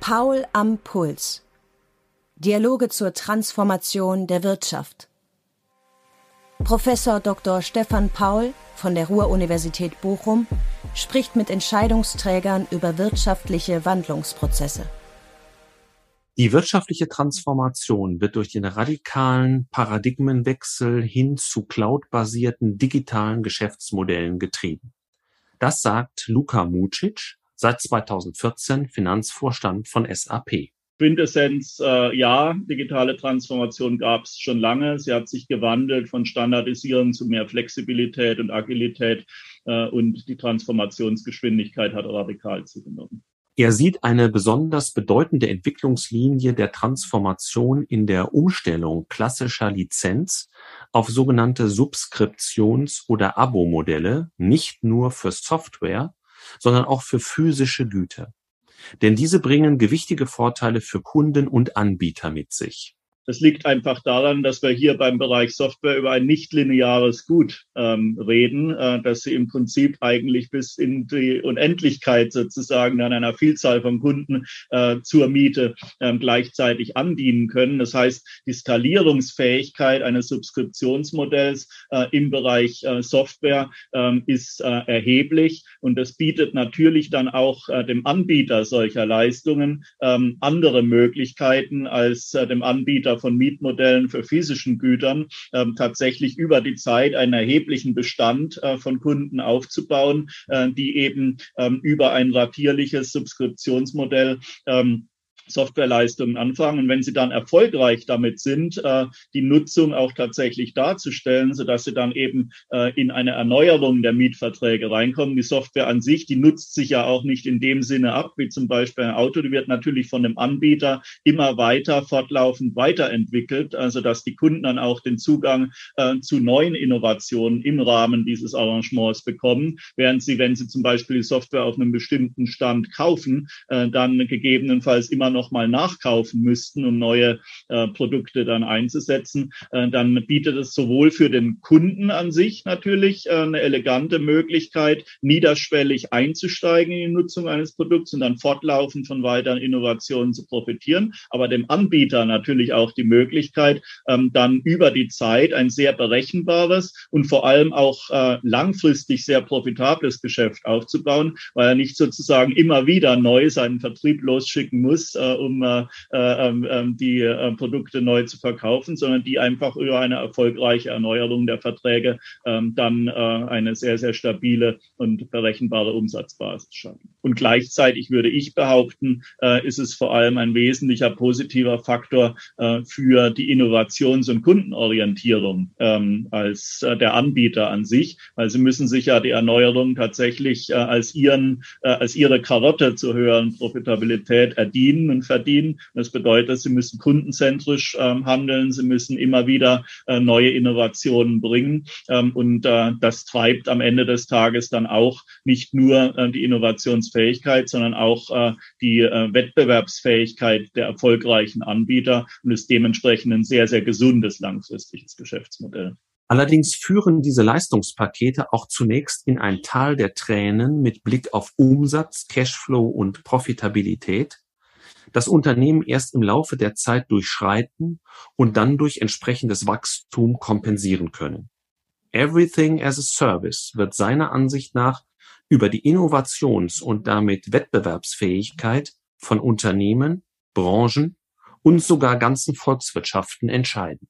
Paul am Puls. Dialoge zur Transformation der Wirtschaft. Professor Dr. Stefan Paul von der Ruhr-Universität Bochum spricht mit Entscheidungsträgern über wirtschaftliche Wandlungsprozesse. Die wirtschaftliche Transformation wird durch den radikalen Paradigmenwechsel hin zu cloudbasierten digitalen Geschäftsmodellen getrieben. Das sagt Luka Mucic, seit 2014 Finanzvorstand von SAP. Quintessenz, ja, digitale Transformation gab es schon lange. Sie hat sich gewandelt von Standardisierung zu mehr Flexibilität und Agilität und die Transformationsgeschwindigkeit hat radikal zugenommen. Er sieht eine besonders bedeutende Entwicklungslinie der Transformation in der Umstellung klassischer Lizenz auf sogenannte Subskriptions- oder Abo-Modelle, nicht nur für Software, sondern auch für physische Güter. Denn diese bringen gewichtige Vorteile für Kunden und Anbieter mit sich. Das liegt einfach daran, dass wir hier beim Bereich Software über ein nichtlineares Gut reden, dass sie im Prinzip eigentlich bis in die Unendlichkeit sozusagen an einer Vielzahl von Kunden zur Miete gleichzeitig andienen können. Das heißt, die Skalierungsfähigkeit eines Subskriptionsmodells im Bereich Software ist erheblich und das bietet natürlich dann auch dem Anbieter solcher Leistungen andere Möglichkeiten als dem Anbieter von Mietmodellen für physischen Gütern tatsächlich über die Zeit einen erheblichen Bestand von Kunden aufzubauen, die eben über ein ratierliches Subskriptionsmodell Softwareleistungen anfangen und wenn sie dann erfolgreich damit sind, die Nutzung auch tatsächlich darzustellen, sodass sie dann eben in eine Erneuerung der Mietverträge reinkommen. Die Software an sich, die nutzt sich ja auch nicht in dem Sinne ab, wie zum Beispiel ein Auto, die wird natürlich von dem Anbieter immer weiter, fortlaufend weiterentwickelt, also dass die Kunden dann auch den Zugang zu neuen Innovationen im Rahmen dieses Arrangements bekommen, während sie, wenn sie zum Beispiel die Software auf einem bestimmten Stand kaufen, dann gegebenenfalls immer noch mal nachkaufen müssten, um neue Produkte dann einzusetzen, dann bietet es sowohl für den Kunden an sich natürlich eine elegante Möglichkeit, niederschwellig einzusteigen in die Nutzung eines Produkts und dann fortlaufend von weiteren Innovationen zu profitieren, aber dem Anbieter natürlich auch die Möglichkeit, dann über die Zeit ein sehr berechenbares und vor allem auch langfristig sehr profitables Geschäft aufzubauen, weil er nicht sozusagen immer wieder neu seinen Vertrieb losschicken muss, um die Produkte neu zu verkaufen, sondern die einfach über eine erfolgreiche Erneuerung der Verträge dann eine sehr, sehr stabile und berechenbare Umsatzbasis schaffen. Und gleichzeitig würde ich behaupten, ist es vor allem ein wesentlicher positiver Faktor für die Innovations- und Kundenorientierung als der Anbieter an sich, weil sie müssen sich ja die Erneuerung tatsächlich als ihre Karotte zur höheren Profitabilität erdienen und verdienen. Das bedeutet, sie müssen kundenzentrisch handeln, sie müssen immer wieder neue Innovationen bringen und das treibt am Ende des Tages dann auch nicht nur die Innovationsfähigkeit, sondern auch die Wettbewerbsfähigkeit der erfolgreichen Anbieter und ist dementsprechend ein sehr, sehr gesundes langfristiges Geschäftsmodell. Allerdings führen diese Leistungspakete auch zunächst in ein Tal der Tränen mit Blick auf Umsatz, Cashflow und Profitabilität, das Unternehmen erst im Laufe der Zeit durchschreiten und dann durch entsprechendes Wachstum kompensieren können. Everything as a Service wird seiner Ansicht nach über die Innovations- und damit Wettbewerbsfähigkeit von Unternehmen, Branchen und sogar ganzen Volkswirtschaften entscheiden.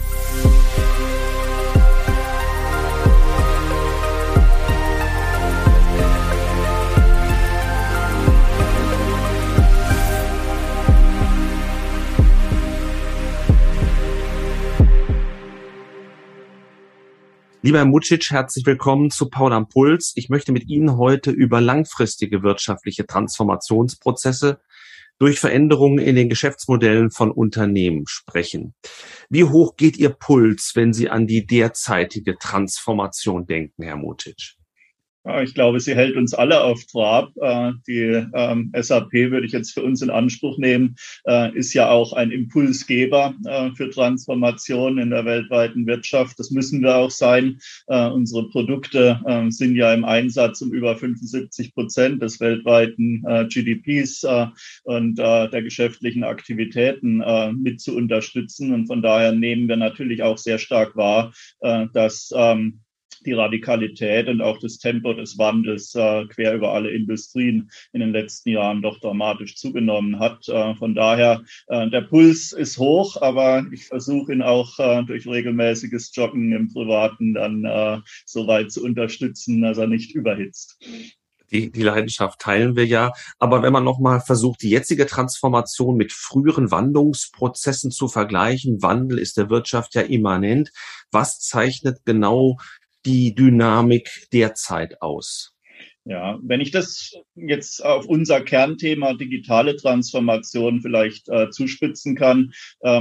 Lieber Herr Mucic, herzlich willkommen zu Paul am Puls. Ich möchte mit Ihnen heute über langfristige wirtschaftliche Transformationsprozesse durch Veränderungen in den Geschäftsmodellen von Unternehmen sprechen. Wie hoch geht Ihr Puls, wenn Sie an die derzeitige Transformation denken, Herr Mucic? Ja, ich glaube, sie hält uns alle auf Trab. Die SAP würde ich jetzt für uns in Anspruch nehmen, ist ja auch ein Impulsgeber für Transformation in der weltweiten Wirtschaft. Das müssen wir auch sein. Unsere Produkte sind ja im Einsatz um über 75% des weltweiten GDPs und der geschäftlichen Aktivitäten mit zu unterstützen. Und von daher nehmen wir natürlich auch sehr stark wahr, dass die Radikalität und auch das Tempo des Wandels quer über alle Industrien in den letzten Jahren doch dramatisch zugenommen hat. Von daher, der Puls ist hoch, aber ich versuche ihn auch durch regelmäßiges Joggen im Privaten dann so weit zu unterstützen, dass er nicht überhitzt. Die Leidenschaft teilen wir ja. Aber wenn man nochmal versucht, die jetzige Transformation mit früheren Wandlungsprozessen zu vergleichen, Wandel ist der Wirtschaft ja immanent. Was zeichnet genau die Dynamik derzeit aus? Ja, wenn ich das jetzt auf unser Kernthema digitale Transformation vielleicht zuspitzen kann,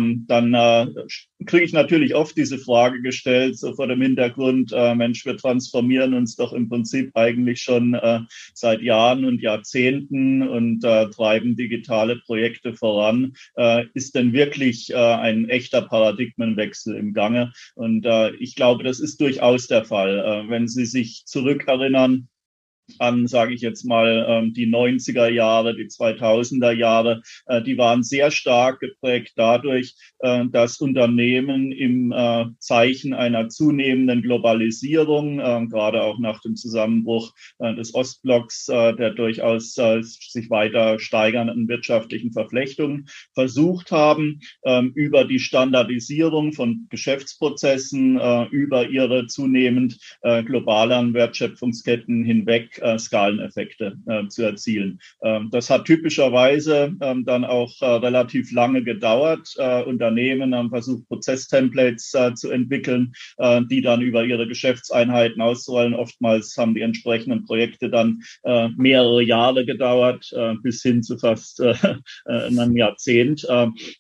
dann kriege ich natürlich oft diese Frage gestellt, so vor dem Hintergrund, Mensch, wir transformieren uns doch im Prinzip eigentlich schon seit Jahren und Jahrzehnten und treiben digitale Projekte voran. Ist denn wirklich ein echter Paradigmenwechsel im Gange? Und ich glaube, das ist durchaus der Fall. Wenn Sie sich zurückerinnern an, sage ich jetzt mal, die 90er Jahre, die 2000er Jahre, die waren sehr stark geprägt dadurch, dass Unternehmen im Zeichen einer zunehmenden Globalisierung, gerade auch nach dem Zusammenbruch des Ostblocks, der durchaus sich weiter steigernden wirtschaftlichen Verflechtungen, versucht haben, über die Standardisierung von Geschäftsprozessen, über ihre zunehmend globaleren Wertschöpfungsketten hinweg Skaleneffekte zu erzielen. Das hat typischerweise dann auch relativ lange gedauert. Unternehmen haben versucht, Prozesstemplates zu entwickeln, die dann über ihre Geschäftseinheiten auszurollen. Oftmals haben die entsprechenden Projekte dann mehrere Jahre gedauert, bis hin zu fast einem Jahrzehnt.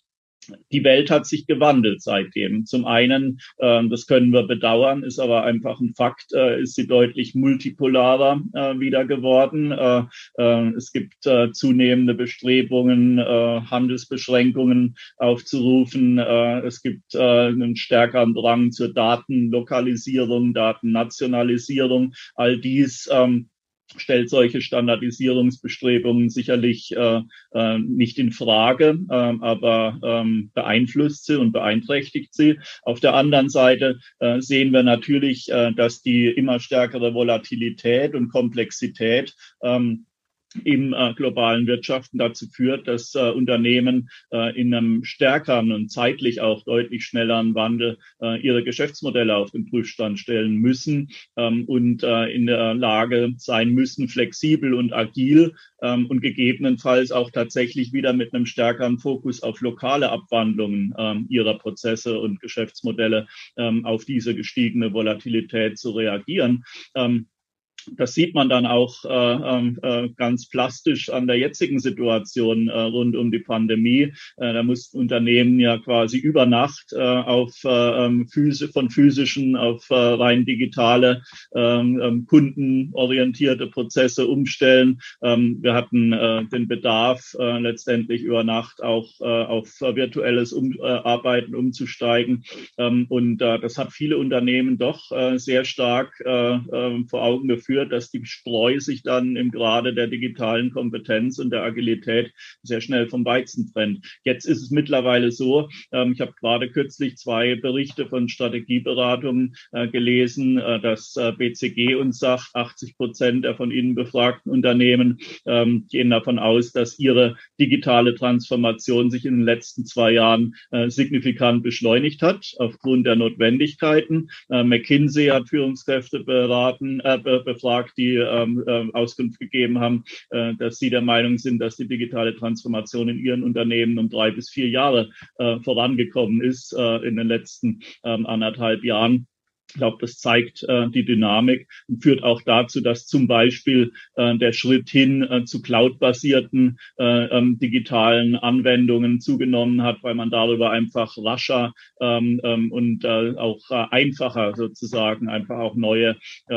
Die Welt hat sich gewandelt seitdem. Zum einen, das können wir bedauern, ist aber einfach ein Fakt, ist sie deutlich multipolarer wieder geworden. Es gibt zunehmende Bestrebungen, Handelsbeschränkungen aufzurufen. Es gibt einen stärkeren Drang zur Datenlokalisierung, Datennationalisierung. All dies stellt solche Standardisierungsbestrebungen sicherlich nicht in Frage, aber beeinflusst sie und beeinträchtigt sie. Auf der anderen Seite sehen wir natürlich, dass die immer stärkere Volatilität und Komplexität im globalen Wirtschaften dazu führt, dass Unternehmen in einem stärkeren und zeitlich auch deutlich schnelleren Wandel ihre Geschäftsmodelle auf den Prüfstand stellen müssen und in der Lage sein müssen, flexibel und agil und gegebenenfalls auch tatsächlich wieder mit einem stärkeren Fokus auf lokale Abwandlungen ihrer Prozesse und Geschäftsmodelle auf diese gestiegene Volatilität zu reagieren. Das sieht man dann auch ganz plastisch an der jetzigen Situation rund um die Pandemie. Da mussten Unternehmen ja quasi über Nacht von physischen auf rein digitale, kundenorientierte Prozesse umstellen. Wir hatten den Bedarf, letztendlich über Nacht auch auf virtuelles Arbeiten umzusteigen. Und das hat viele Unternehmen doch sehr stark vor Augen geführt, dass die Spreu sich dann im Grade der digitalen Kompetenz und der Agilität sehr schnell vom Weizen trennt. Jetzt ist es mittlerweile so, ich habe gerade kürzlich 2 Berichte von Strategieberatungen gelesen, dass BCG uns sagt, 80% der von ihnen befragten Unternehmen gehen davon aus, dass ihre digitale Transformation sich in den letzten 2 Jahren signifikant beschleunigt hat, aufgrund der Notwendigkeiten. McKinsey hat Führungskräfte befragt, die Auskunft gegeben haben, dass sie der Meinung sind, dass die digitale Transformation in ihren Unternehmen um 3 bis 4 Jahre vorangekommen ist in den letzten 1,5 Jahren. Ich glaube, das zeigt die Dynamik und führt auch dazu, dass zum Beispiel der Schritt hin zu cloud-basierten digitalen Anwendungen zugenommen hat, weil man darüber einfach rascher und auch einfacher sozusagen einfach auch neue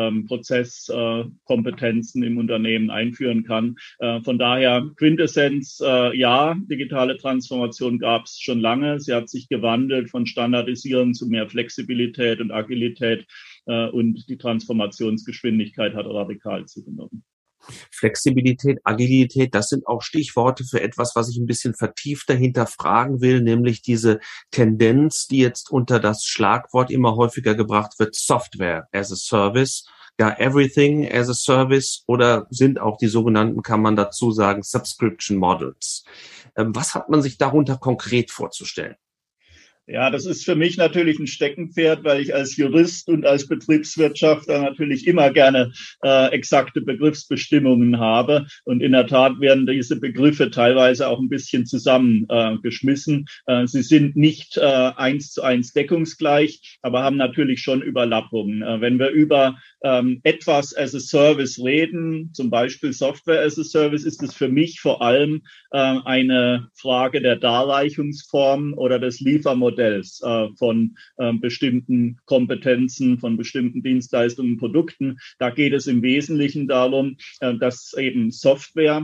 Prozesskompetenzen im Unternehmen einführen kann. Von daher Quintessenz, ja, digitale Transformation gab es schon lange. Sie hat sich gewandelt von Standardisieren zu mehr Flexibilität und Agilität. Und die Transformationsgeschwindigkeit hat radikal zugenommen. Flexibilität, Agilität, das sind auch Stichworte für etwas, was ich ein bisschen vertiefter hinterfragen will, nämlich diese Tendenz, die jetzt unter das Schlagwort immer häufiger gebracht wird, Software as a Service, ja, Everything as a Service oder sind auch die sogenannten, kann man dazu sagen, Subscription Models. Was hat man sich darunter konkret vorzustellen? Ja, das ist für mich natürlich ein Steckenpferd, weil ich als Jurist und als Betriebswirtschaftler natürlich immer gerne exakte Begriffsbestimmungen habe. Und in der Tat werden diese Begriffe teilweise auch ein bisschen zusammengeschmissen. Sie sind nicht 1:1 deckungsgleich, aber haben natürlich schon Überlappungen. Wenn wir über etwas as a Service reden, zum Beispiel Software as a Service, ist es für mich vor allem eine Frage der Darreichungsform oder des Liefermodells von bestimmten Kompetenzen, von bestimmten Dienstleistungen, Produkten. Da geht es im Wesentlichen darum, dass eben Software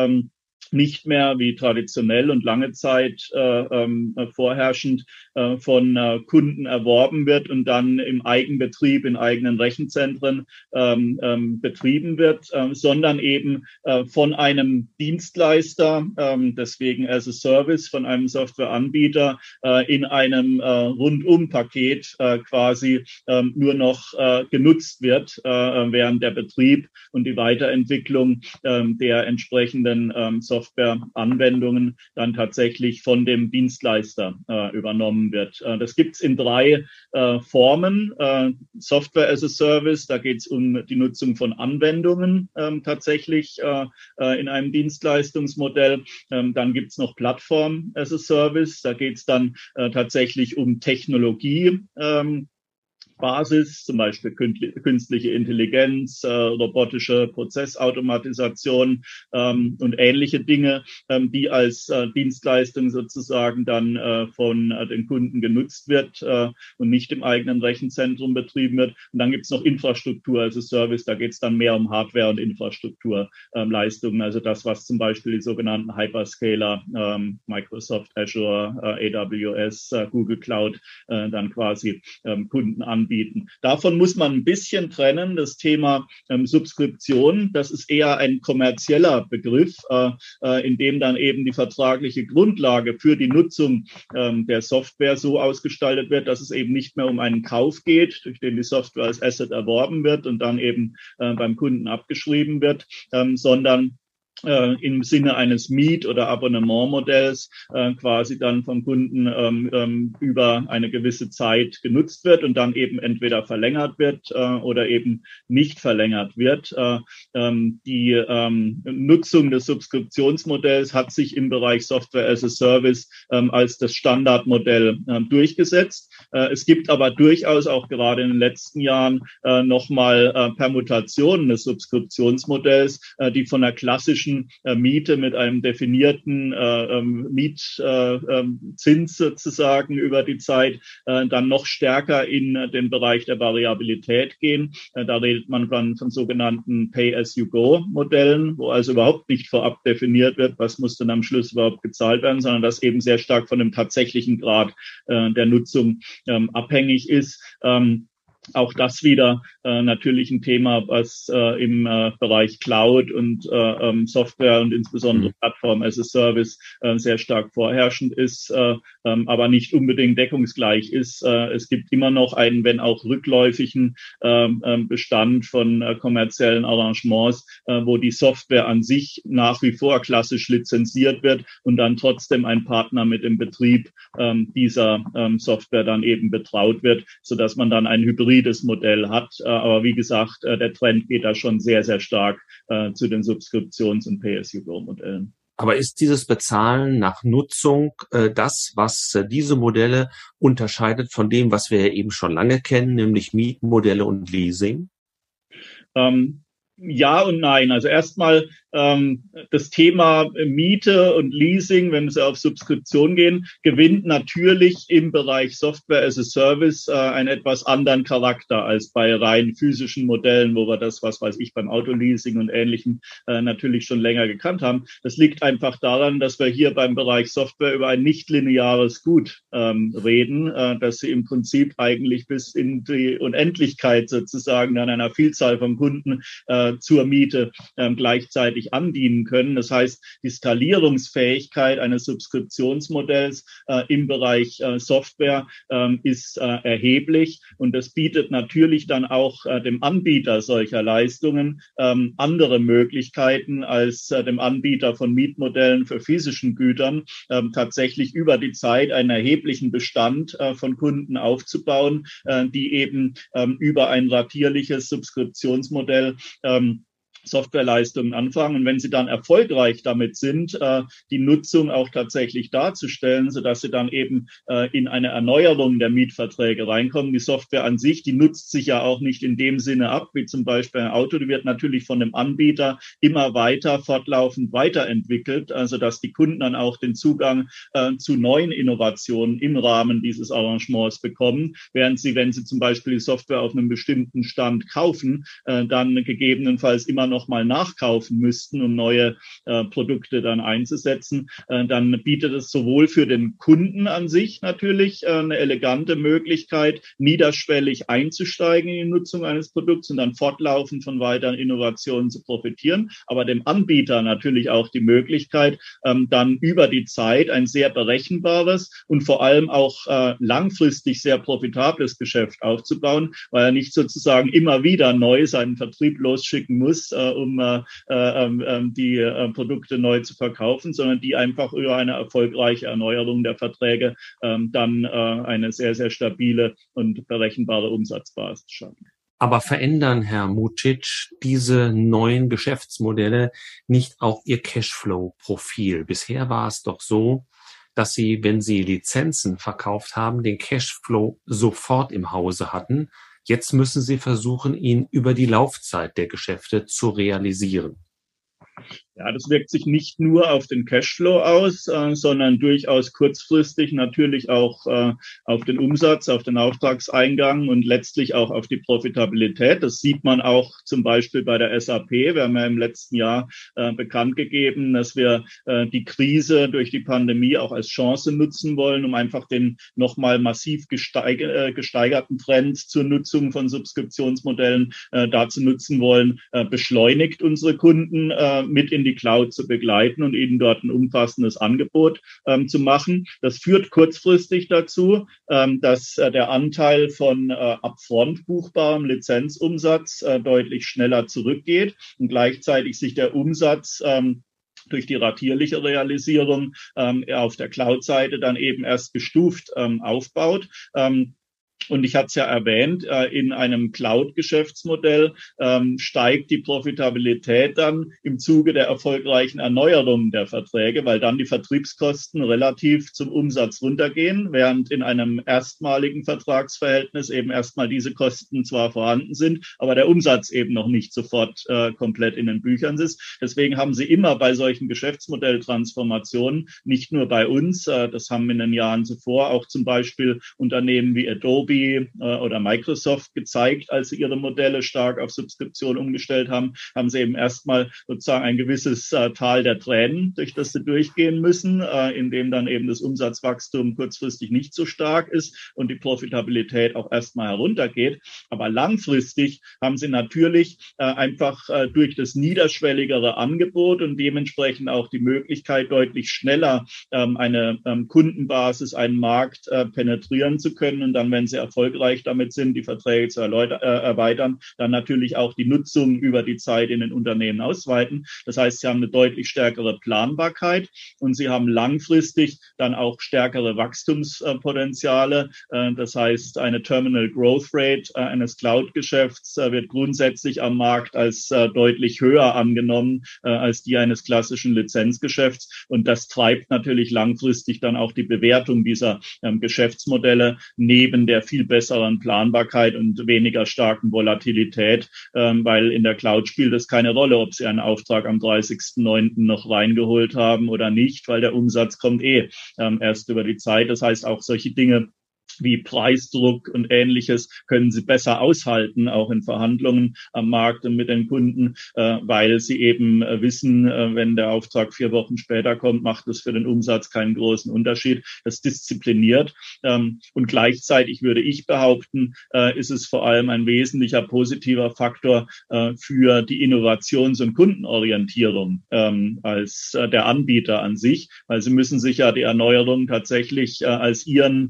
nicht mehr wie traditionell und lange Zeit vorherrschend von Kunden erworben wird und dann im Eigenbetrieb, in eigenen Rechenzentren betrieben wird, sondern eben von einem Dienstleister, deswegen as a Service, von einem Softwareanbieter in einem Rundum-Paket quasi nur noch genutzt wird, während der Betrieb und die Weiterentwicklung der entsprechenden Softwareanwendungen dann tatsächlich von dem Dienstleister übernommen wird. Das gibt's in 3 Formen. Software as a Service, da geht's um die Nutzung von Anwendungen tatsächlich in einem Dienstleistungsmodell. Dann gibt's noch Plattform as a Service, da geht's dann tatsächlich um Technologie. Basis, zum Beispiel künstliche Intelligenz, robotische Prozessautomatisation und ähnliche Dinge, die als Dienstleistung sozusagen dann von den Kunden genutzt wird und nicht im eigenen Rechenzentrum betrieben wird. Und dann gibt es noch Infrastruktur als Service, da geht es dann mehr um Hardware- und Infrastrukturleistungen, also das, was zum Beispiel die sogenannten Hyperscaler, Microsoft Azure, AWS, Google Cloud dann quasi Kunden anbieten. Davon muss man ein bisschen trennen, das Thema Subskription. Das ist eher ein kommerzieller Begriff, in dem dann eben die vertragliche Grundlage für die Nutzung der Software so ausgestaltet wird, dass es eben nicht mehr um einen Kauf geht, durch den die Software als Asset erworben wird und dann eben beim Kunden abgeschrieben wird, sondern im Sinne eines Miet- oder Abonnementmodells quasi dann vom Kunden über eine gewisse Zeit genutzt wird und dann eben entweder verlängert wird oder eben nicht verlängert wird. Die Nutzung des Subskriptionsmodells hat sich im Bereich Software as a Service als das Standardmodell durchgesetzt. Es gibt aber durchaus auch gerade in den letzten Jahren nochmal Permutationen des Subskriptionsmodells, die von der klassischen Miete mit einem definierten Mietzins sozusagen über die Zeit dann noch stärker in den Bereich der Variabilität gehen. Da redet man dann von sogenannten Pay-as-you-go-Modellen, wo also überhaupt nicht vorab definiert wird, was muss denn am Schluss überhaupt gezahlt werden, sondern das eben sehr stark von dem tatsächlichen Grad der Nutzung abhängig ist. Auch das wieder natürlich ein Thema, was im Bereich Cloud und Software und insbesondere Plattform as a Service sehr stark vorherrschend ist, aber nicht unbedingt deckungsgleich ist. Es gibt immer noch einen, wenn auch rückläufigen Bestand von kommerziellen Arrangements, wo die Software an sich nach wie vor klassisch lizenziert wird und dann trotzdem ein Partner mit dem Betrieb dieser Software dann eben betraut wird, sodass man dann ein hybrides Modell hat. Aber wie gesagt, der Trend geht da schon sehr, sehr stark zu den Subskriptions- und Pay-as-you-go-Modellen. Aber ist dieses Bezahlen nach Nutzung das, was diese Modelle unterscheidet von dem, was wir ja eben schon lange kennen, nämlich Mietmodelle und Leasing? Ja und nein. Also erstmal das Thema Miete und Leasing, wenn Sie auf Subskription gehen, gewinnt natürlich im Bereich Software as a Service einen etwas anderen Charakter als bei rein physischen Modellen, wo wir das, was weiß ich, beim Autoleasing und Ähnlichem natürlich schon länger gekannt haben. Das liegt einfach daran, dass wir hier beim Bereich Software über ein nichtlineares Gut reden, dass Sie im Prinzip eigentlich bis in die Unendlichkeit sozusagen an einer Vielzahl von Kunden zur Miete gleichzeitig andienen können. Das heißt, die Skalierungsfähigkeit eines Subskriptionsmodells im Bereich Software ist erheblich und das bietet natürlich dann auch dem Anbieter solcher Leistungen andere Möglichkeiten als dem Anbieter von Mietmodellen für physischen Gütern tatsächlich über die Zeit einen erheblichen Bestand von Kunden aufzubauen, die eben über ein ratierliches Subskriptionsmodell Softwareleistungen anfangen. Und wenn Sie dann erfolgreich damit sind, die Nutzung auch tatsächlich darzustellen, sodass Sie dann eben in eine Erneuerung der Mietverträge reinkommen. Die Software an sich, die nutzt sich ja auch nicht in dem Sinne ab, wie zum Beispiel ein Auto. Die wird natürlich von dem Anbieter immer weiter, fortlaufend weiterentwickelt, also dass die Kunden dann auch den Zugang zu neuen Innovationen im Rahmen dieses Arrangements bekommen, während Sie, wenn Sie zum Beispiel die Software auf einem bestimmten Stand kaufen, dann gegebenenfalls immer noch mal nachkaufen müssten, um neue Produkte dann einzusetzen, dann bietet es sowohl für den Kunden an sich natürlich eine elegante Möglichkeit, niederschwellig einzusteigen in die Nutzung eines Produkts und dann fortlaufend von weiteren Innovationen zu profitieren, aber dem Anbieter natürlich auch die Möglichkeit, dann über die Zeit ein sehr berechenbares und vor allem auch langfristig sehr profitables Geschäft aufzubauen, weil er nicht sozusagen immer wieder neu seinen Vertrieb losschicken muss, um die Produkte neu zu verkaufen, sondern die einfach über eine erfolgreiche Erneuerung der Verträge dann eine sehr, sehr stabile und berechenbare Umsatzbasis schaffen. Aber verändern, Herr Mucic, diese neuen Geschäftsmodelle nicht auch Ihr Cashflow-Profil? Bisher war es doch so, dass Sie, wenn Sie Lizenzen verkauft haben, den Cashflow sofort im Hause hatten. Jetzt müssen Sie versuchen, ihn über die Laufzeit der Geschäfte zu realisieren. Ja, das wirkt sich nicht nur auf den Cashflow aus, sondern durchaus kurzfristig natürlich auch auf den Umsatz, auf den Auftragseingang und letztlich auch auf die Profitabilität. Das sieht man auch zum Beispiel bei der SAP. Wir haben ja im letzten Jahr bekannt gegeben, dass wir die Krise durch die Pandemie auch als Chance nutzen wollen, um einfach den nochmal massiv gesteigerten Trend zur Nutzung von Subskriptionsmodellen dazu nutzen wollen, beschleunigt unsere Kunden mit in die Cloud zu begleiten und ihnen dort ein umfassendes Angebot zu machen. Das führt kurzfristig dazu, dass der Anteil von upfront buchbarem Lizenzumsatz deutlich schneller zurückgeht und gleichzeitig sich der Umsatz durch die ratierliche Realisierung auf der Cloud-Seite dann eben erst gestuft aufbaut. Und ich hatte es ja erwähnt, in einem Cloud-Geschäftsmodell steigt die Profitabilität dann im Zuge der erfolgreichen Erneuerung der Verträge, weil dann die Vertriebskosten relativ zum Umsatz runtergehen, während in einem erstmaligen Vertragsverhältnis eben erstmal diese Kosten zwar vorhanden sind, aber der Umsatz eben noch nicht sofort komplett in den Büchern ist. Deswegen haben Sie immer bei solchen Geschäftsmodelltransformationen, nicht nur bei uns, das haben in den Jahren zuvor auch zum Beispiel Unternehmen wie Adobe oder Microsoft gezeigt, als sie ihre Modelle stark auf Subskription umgestellt haben, haben sie eben erstmal sozusagen ein gewisses Tal der Tränen, durch das sie durchgehen müssen, in dem dann eben das Umsatzwachstum kurzfristig nicht so stark ist und die Profitabilität auch erstmal heruntergeht. Aber langfristig haben sie natürlich einfach durch das niederschwelligere Angebot und dementsprechend auch die Möglichkeit, deutlich schneller eine Kundenbasis, einen Markt penetrieren zu können. Und dann, wenn sie erfolgreich damit sind, die Verträge zu erweitern, dann natürlich auch die Nutzung über die Zeit in den Unternehmen ausweiten. Das heißt, sie haben eine deutlich stärkere Planbarkeit und sie haben langfristig dann auch stärkere Wachstumspotenziale. Das heißt, eine Terminal Growth Rate eines Cloud-Geschäfts wird grundsätzlich am Markt als deutlich höher angenommen als die eines klassischen Lizenzgeschäfts. Und das treibt natürlich langfristig dann auch die Bewertung dieser Geschäftsmodelle neben der viel besseren Planbarkeit und weniger starken Volatilität, weil in der Cloud spielt es keine Rolle, ob Sie einen Auftrag am 30.09. noch reingeholt haben oder nicht, weil der Umsatz kommt erst über die Zeit. Das heißt, auch solche Dinge wie Preisdruck und Ähnliches können sie besser aushalten, auch in Verhandlungen am Markt und mit den Kunden, weil sie eben wissen, wenn der Auftrag 4 Wochen später kommt, macht es für den Umsatz keinen großen Unterschied. Das diszipliniert. Und gleichzeitig würde ich behaupten, ist es vor allem ein wesentlicher positiver Faktor für die Innovations- und Kundenorientierung als der Anbieter an sich, weil sie müssen sich ja die Erneuerung tatsächlich als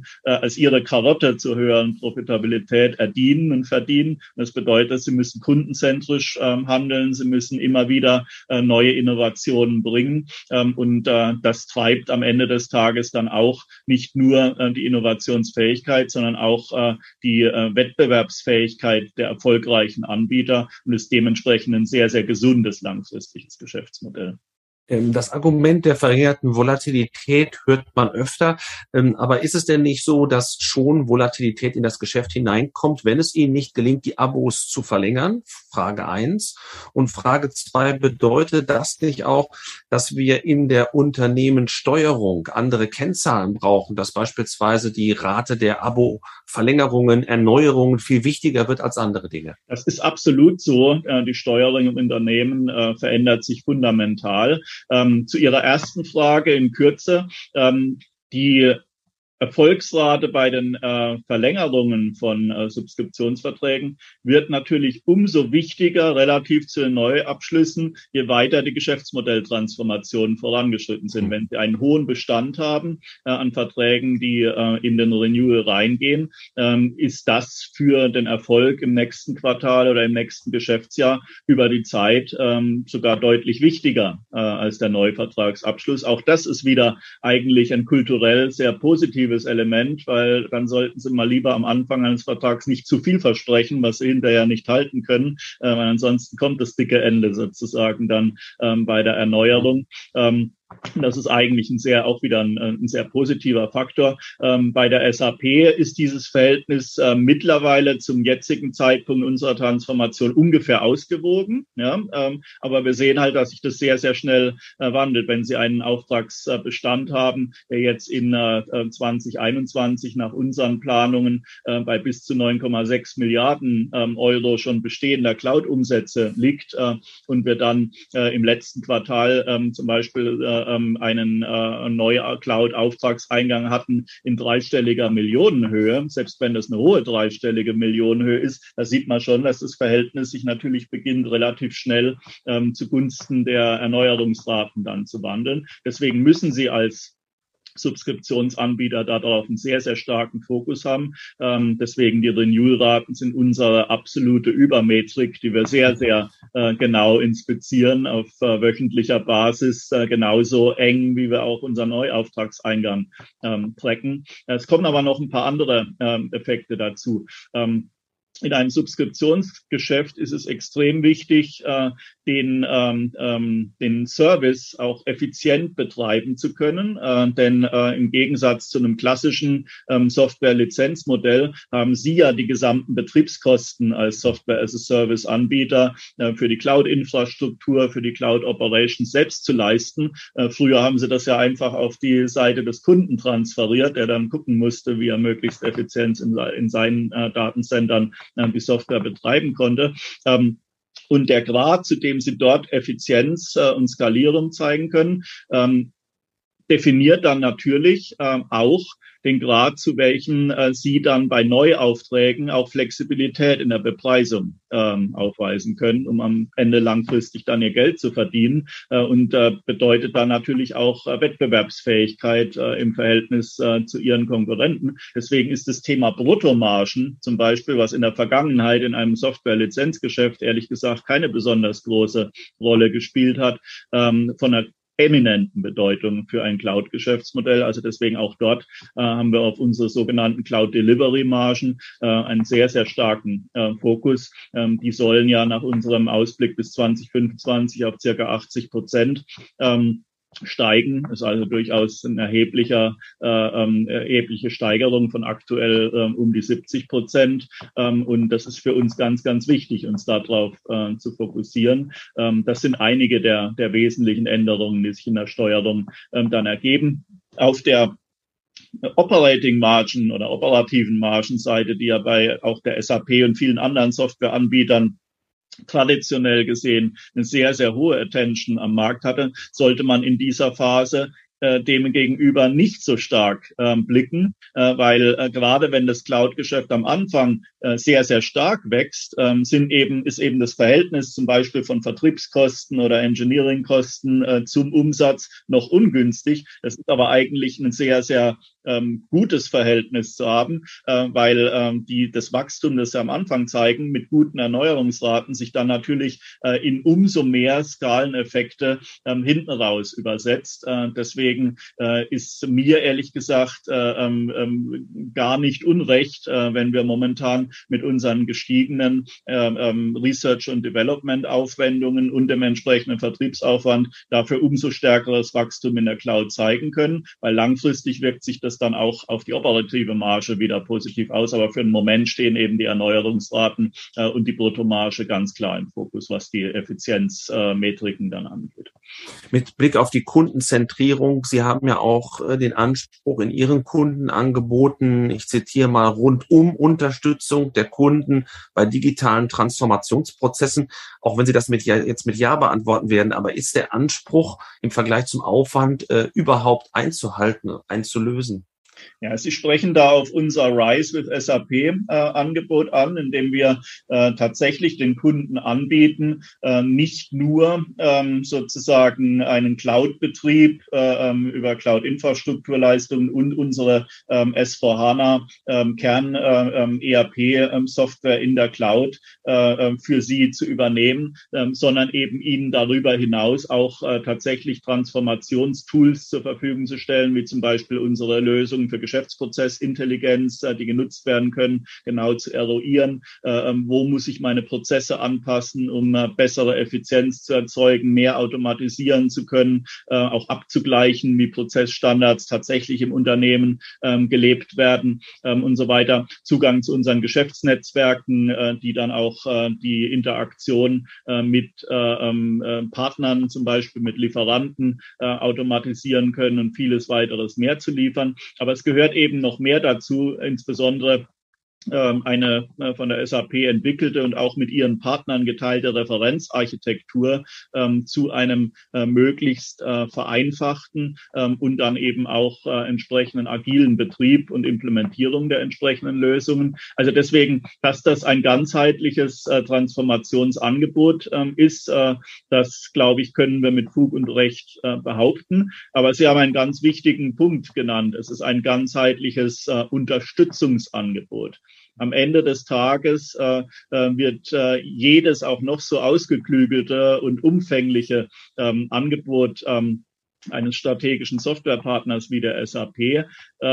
ihre Karotte zur höheren Profitabilität verdienen. Das bedeutet, sie müssen kundenzentrisch handeln, sie müssen immer wieder neue Innovationen bringen. Und das treibt am Ende des Tages dann auch nicht nur die Innovationsfähigkeit, sondern auch die Wettbewerbsfähigkeit der erfolgreichen Anbieter und ist dementsprechend ein sehr, sehr gesundes langfristiges Geschäftsmodell. Das Argument der verringerten Volatilität hört man öfter. Aber ist es denn nicht so, dass schon Volatilität in das Geschäft hineinkommt, wenn es Ihnen nicht gelingt, die Abos zu verlängern? Frage 1. Und Frage 2, bedeutet das nicht auch, dass wir in der Unternehmenssteuerung andere Kennzahlen brauchen, dass beispielsweise die Rate der Abo-Verlängerungen, Erneuerungen viel wichtiger wird als andere Dinge? Das ist absolut so. Die Steuerung im Unternehmen verändert sich fundamental. Zu Ihrer ersten Frage in Kürze. Die Erfolgsrate bei den Verlängerungen von Subskriptionsverträgen wird natürlich umso wichtiger relativ zu den Neuabschlüssen, je weiter die Geschäftsmodelltransformationen vorangeschritten sind. Wenn Sie einen hohen Bestand haben an Verträgen, die in den Renewal reingehen, ist das für den Erfolg im nächsten Quartal oder im nächsten Geschäftsjahr über die Zeit sogar deutlich wichtiger als der Neuvertragsabschluss. Auch das ist wieder eigentlich ein kulturell sehr positives Element, weil dann sollten Sie mal lieber am Anfang eines Vertrags nicht zu viel versprechen, was Sie hinterher nicht halten können, weil ansonsten kommt das dicke Ende sozusagen dann bei der Erneuerung. Das ist eigentlich ein sehr positiver Faktor. Bei der SAP ist dieses Verhältnis mittlerweile zum jetzigen Zeitpunkt unserer Transformation ungefähr ausgewogen. Ja, aber wir sehen halt, dass sich das sehr, sehr schnell wandelt. Wenn Sie einen Auftragsbestand haben, der jetzt in 2021 nach unseren Planungen bei bis zu 9,6 Milliarden Euro schon bestehender Cloud-Umsätze liegt und wir dann im letzten Quartal zum Beispiel einen neuen Cloud-Auftragseingang hatten in dreistelliger Millionenhöhe, selbst wenn das eine hohe dreistellige Millionenhöhe ist, da sieht man schon, dass das Verhältnis sich natürlich beginnt, relativ schnell zugunsten der Erneuerungsraten dann zu wandeln. Deswegen müssen Sie als Subskriptionsanbieter darauf einen sehr, sehr starken Fokus haben. Deswegen die Renewal-Raten sind unsere absolute Übermetrik, die wir sehr, sehr genau inspizieren auf wöchentlicher Basis, genauso eng, wie wir auch unseren Neuauftragseingang tracken. Es kommen aber noch ein paar andere Effekte dazu. In einem Subskriptionsgeschäft ist es extrem wichtig, den Service auch effizient betreiben zu können. Denn im Gegensatz zu einem klassischen Software-Lizenzmodell haben Sie ja die gesamten Betriebskosten als Software-as-a-Service-Anbieter für die Cloud-Infrastruktur, für die Cloud-Operations selbst zu leisten. Früher haben Sie das ja einfach auf die Seite des Kunden transferiert, der dann gucken musste, wie er möglichst effizient in seinen Datencentern die Software betreiben konnte. Und der Grad, zu dem Sie dort Effizienz und Skalierung zeigen können, definiert dann natürlich auch den Grad, zu welchen Sie dann bei Neuaufträgen auch Flexibilität in der Bepreisung aufweisen können, um am Ende langfristig dann Ihr Geld zu verdienen und bedeutet dann natürlich auch Wettbewerbsfähigkeit im Verhältnis zu Ihren Konkurrenten. Deswegen ist das Thema Bruttomargen zum Beispiel, was in der Vergangenheit in einem Software-Lizenzgeschäft ehrlich gesagt keine besonders große Rolle gespielt hat, von der eminenten Bedeutung für ein Cloud-Geschäftsmodell. Also deswegen auch dort haben wir auf unsere sogenannten Cloud-Delivery-Margen einen sehr, sehr starken Fokus. Die sollen ja nach unserem Ausblick bis 2025 auf circa 80% steigen. Das ist also durchaus eine erhebliche Steigerung von aktuell um die 70%. Und das ist für uns ganz, ganz wichtig, uns darauf zu fokussieren. Das sind einige der wesentlichen Änderungen, die sich in der Steuerung dann ergeben. Auf der Operating Margin oder operativen Margenseite, die ja bei auch der SAP und vielen anderen Softwareanbietern traditionell gesehen eine sehr, sehr hohe Attention am Markt hatte, sollte man in dieser Phase dem gegenüber nicht so stark blicken, weil gerade wenn das Cloud-Geschäft am Anfang sehr, sehr stark wächst, ist eben das Verhältnis zum Beispiel von Vertriebskosten oder Engineering-Kosten zum Umsatz noch ungünstig. Das ist aber eigentlich ein sehr, sehr gutes Verhältnis zu haben, weil das Wachstum, das wir am Anfang zeigen, mit guten Erneuerungsraten sich dann natürlich in umso mehr Skaleneffekte hinten raus übersetzt. Deswegen ist mir ehrlich gesagt gar nicht unrecht, wenn wir momentan mit unseren gestiegenen Research- und Development-Aufwendungen und dem entsprechenden Vertriebsaufwand dafür umso stärkeres Wachstum in der Cloud zeigen können, weil langfristig wirkt sich das dann auch auf die operative Marge wieder positiv aus. Aber für den Moment stehen eben die Erneuerungsraten und die Bruttomarge ganz klar im Fokus, was die Effizienzmetriken dann angeht. Mit Blick auf die Kundenzentrierung, Sie haben ja auch den Anspruch in Ihren Kundenangeboten, ich zitiere mal, rundum Unterstützung der Kunden bei digitalen Transformationsprozessen, auch wenn Sie das jetzt mit Ja beantworten werden, aber ist der Anspruch im Vergleich zum Aufwand überhaupt einzuhalten, einzulösen? Ja, Sie sprechen da auf unser Rise with SAP Angebot an, indem wir tatsächlich den Kunden anbieten, nicht nur sozusagen einen Cloud-Betrieb über Cloud-Infrastrukturleistungen und unsere S4HANA Kern ERP-Software in der Cloud für Sie zu übernehmen, sondern eben Ihnen darüber hinaus auch tatsächlich Transformationstools zur Verfügung zu stellen, wie zum Beispiel unsere Lösungen für Geschäftsprozessintelligenz, die genutzt werden können, genau zu eruieren, wo muss ich meine Prozesse anpassen, um bessere Effizienz zu erzeugen, mehr automatisieren zu können, auch abzugleichen, wie Prozessstandards tatsächlich im Unternehmen gelebt werden und so weiter. Zugang zu unseren Geschäftsnetzwerken, die dann auch die Interaktion mit Partnern, zum Beispiel mit Lieferanten, automatisieren können und vieles weiteres mehr zu liefern. Aber es gehört eben noch mehr dazu, insbesondere eine von der SAP entwickelte und auch mit ihren Partnern geteilte Referenzarchitektur zu einem möglichst vereinfachten und dann eben auch entsprechenden agilen Betrieb und Implementierung der entsprechenden Lösungen. Also deswegen, dass das ein ganzheitliches Transformationsangebot ist, das, glaube ich, können wir mit Fug und Recht behaupten. Aber Sie haben einen ganz wichtigen Punkt genannt. Es ist ein ganzheitliches Unterstützungsangebot. Am Ende des Tages wird jedes auch noch so ausgeklügelte und umfängliche Angebot eines strategischen Softwarepartners wie der SAP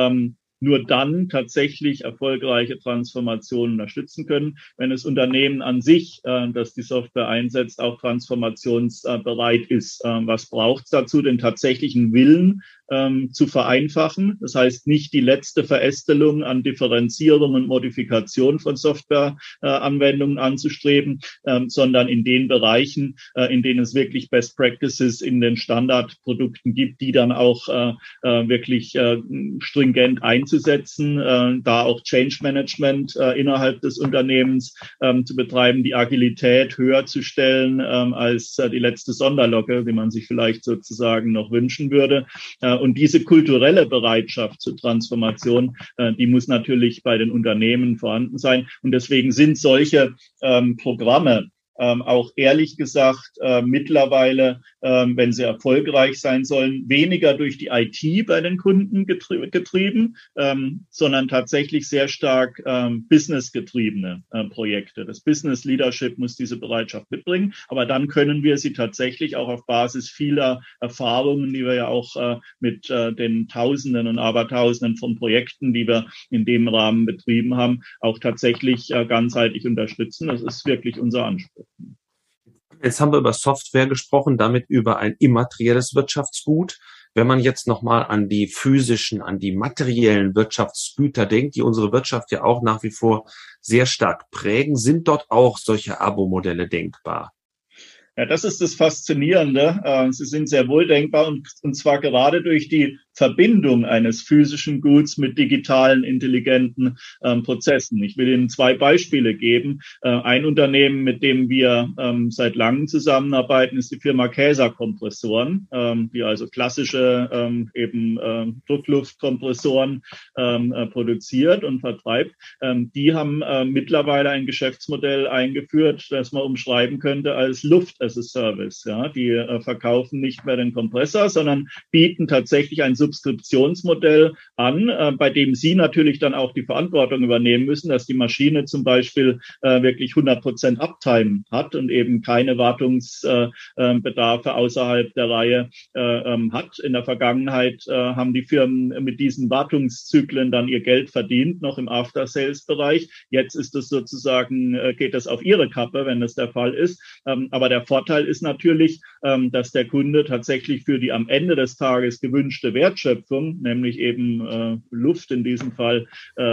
nur dann tatsächlich erfolgreiche Transformationen unterstützen können, wenn das Unternehmen an sich, das die Software einsetzt, auch transformationsbereit ist. Was braucht es dazu? Den tatsächlichen Willen zu vereinfachen. Das heißt, nicht die letzte Verästelung an Differenzierung und Modifikation von Softwareanwendungen anzustreben, sondern in den Bereichen, in denen es wirklich Best Practices in den Standardprodukten gibt, die dann auch wirklich stringent einzusetzen einzusetzen, da auch Change Management innerhalb des Unternehmens zu betreiben, die Agilität höher zu stellen als die letzte Sonderlocke, die man sich vielleicht sozusagen noch wünschen würde. Und diese kulturelle Bereitschaft zur Transformation, die muss natürlich bei den Unternehmen vorhanden sein. Und deswegen sind solche Programme auch ehrlich gesagt mittlerweile, wenn sie erfolgreich sein sollen, weniger durch die IT bei den Kunden getrieben, sondern tatsächlich sehr stark businessgetriebene Projekte. Das Business Leadership muss diese Bereitschaft mitbringen, aber dann können wir sie tatsächlich auch auf Basis vieler Erfahrungen, die wir ja auch mit den Tausenden und Abertausenden von Projekten, die wir in dem Rahmen betrieben haben, auch tatsächlich ganzheitlich unterstützen. Das ist wirklich unser Anspruch. Jetzt haben wir über Software gesprochen, damit über ein immaterielles Wirtschaftsgut. Wenn man jetzt nochmal an die physischen, an die materiellen Wirtschaftsgüter denkt, die unsere Wirtschaft ja auch nach wie vor sehr stark prägen, sind dort auch solche Abo-Modelle denkbar? Ja, das ist das Faszinierende. Sie sind sehr wohl denkbar und zwar gerade durch die Verbindung eines physischen Guts mit digitalen, intelligenten Prozessen. Ich will Ihnen 2 Beispiele geben. Ein Unternehmen, mit dem wir seit langem zusammenarbeiten, ist die Firma Kaeser Kompressoren, die also klassische Druckluftkompressoren produziert und vertreibt. Die haben mittlerweile ein Geschäftsmodell eingeführt, das man umschreiben könnte als Luft as a Service. Ja, die verkaufen nicht mehr den Kompressor, sondern bieten tatsächlich ein Subskriptionsmodell an, bei dem Sie natürlich dann auch die Verantwortung übernehmen müssen, dass die Maschine zum Beispiel wirklich 100% Uptime hat und eben keine Wartungsbedarfe außerhalb der Reihe hat. In der Vergangenheit haben die Firmen mit diesen Wartungszyklen dann ihr Geld verdient, noch im After-Sales-Bereich. Jetzt ist es sozusagen, geht das auf ihre Kappe, wenn das der Fall ist. Aber der Vorteil ist natürlich, dass der Kunde tatsächlich für die am Ende des Tages gewünschte Wertschöpfung, nämlich eben Luft in diesem Fall,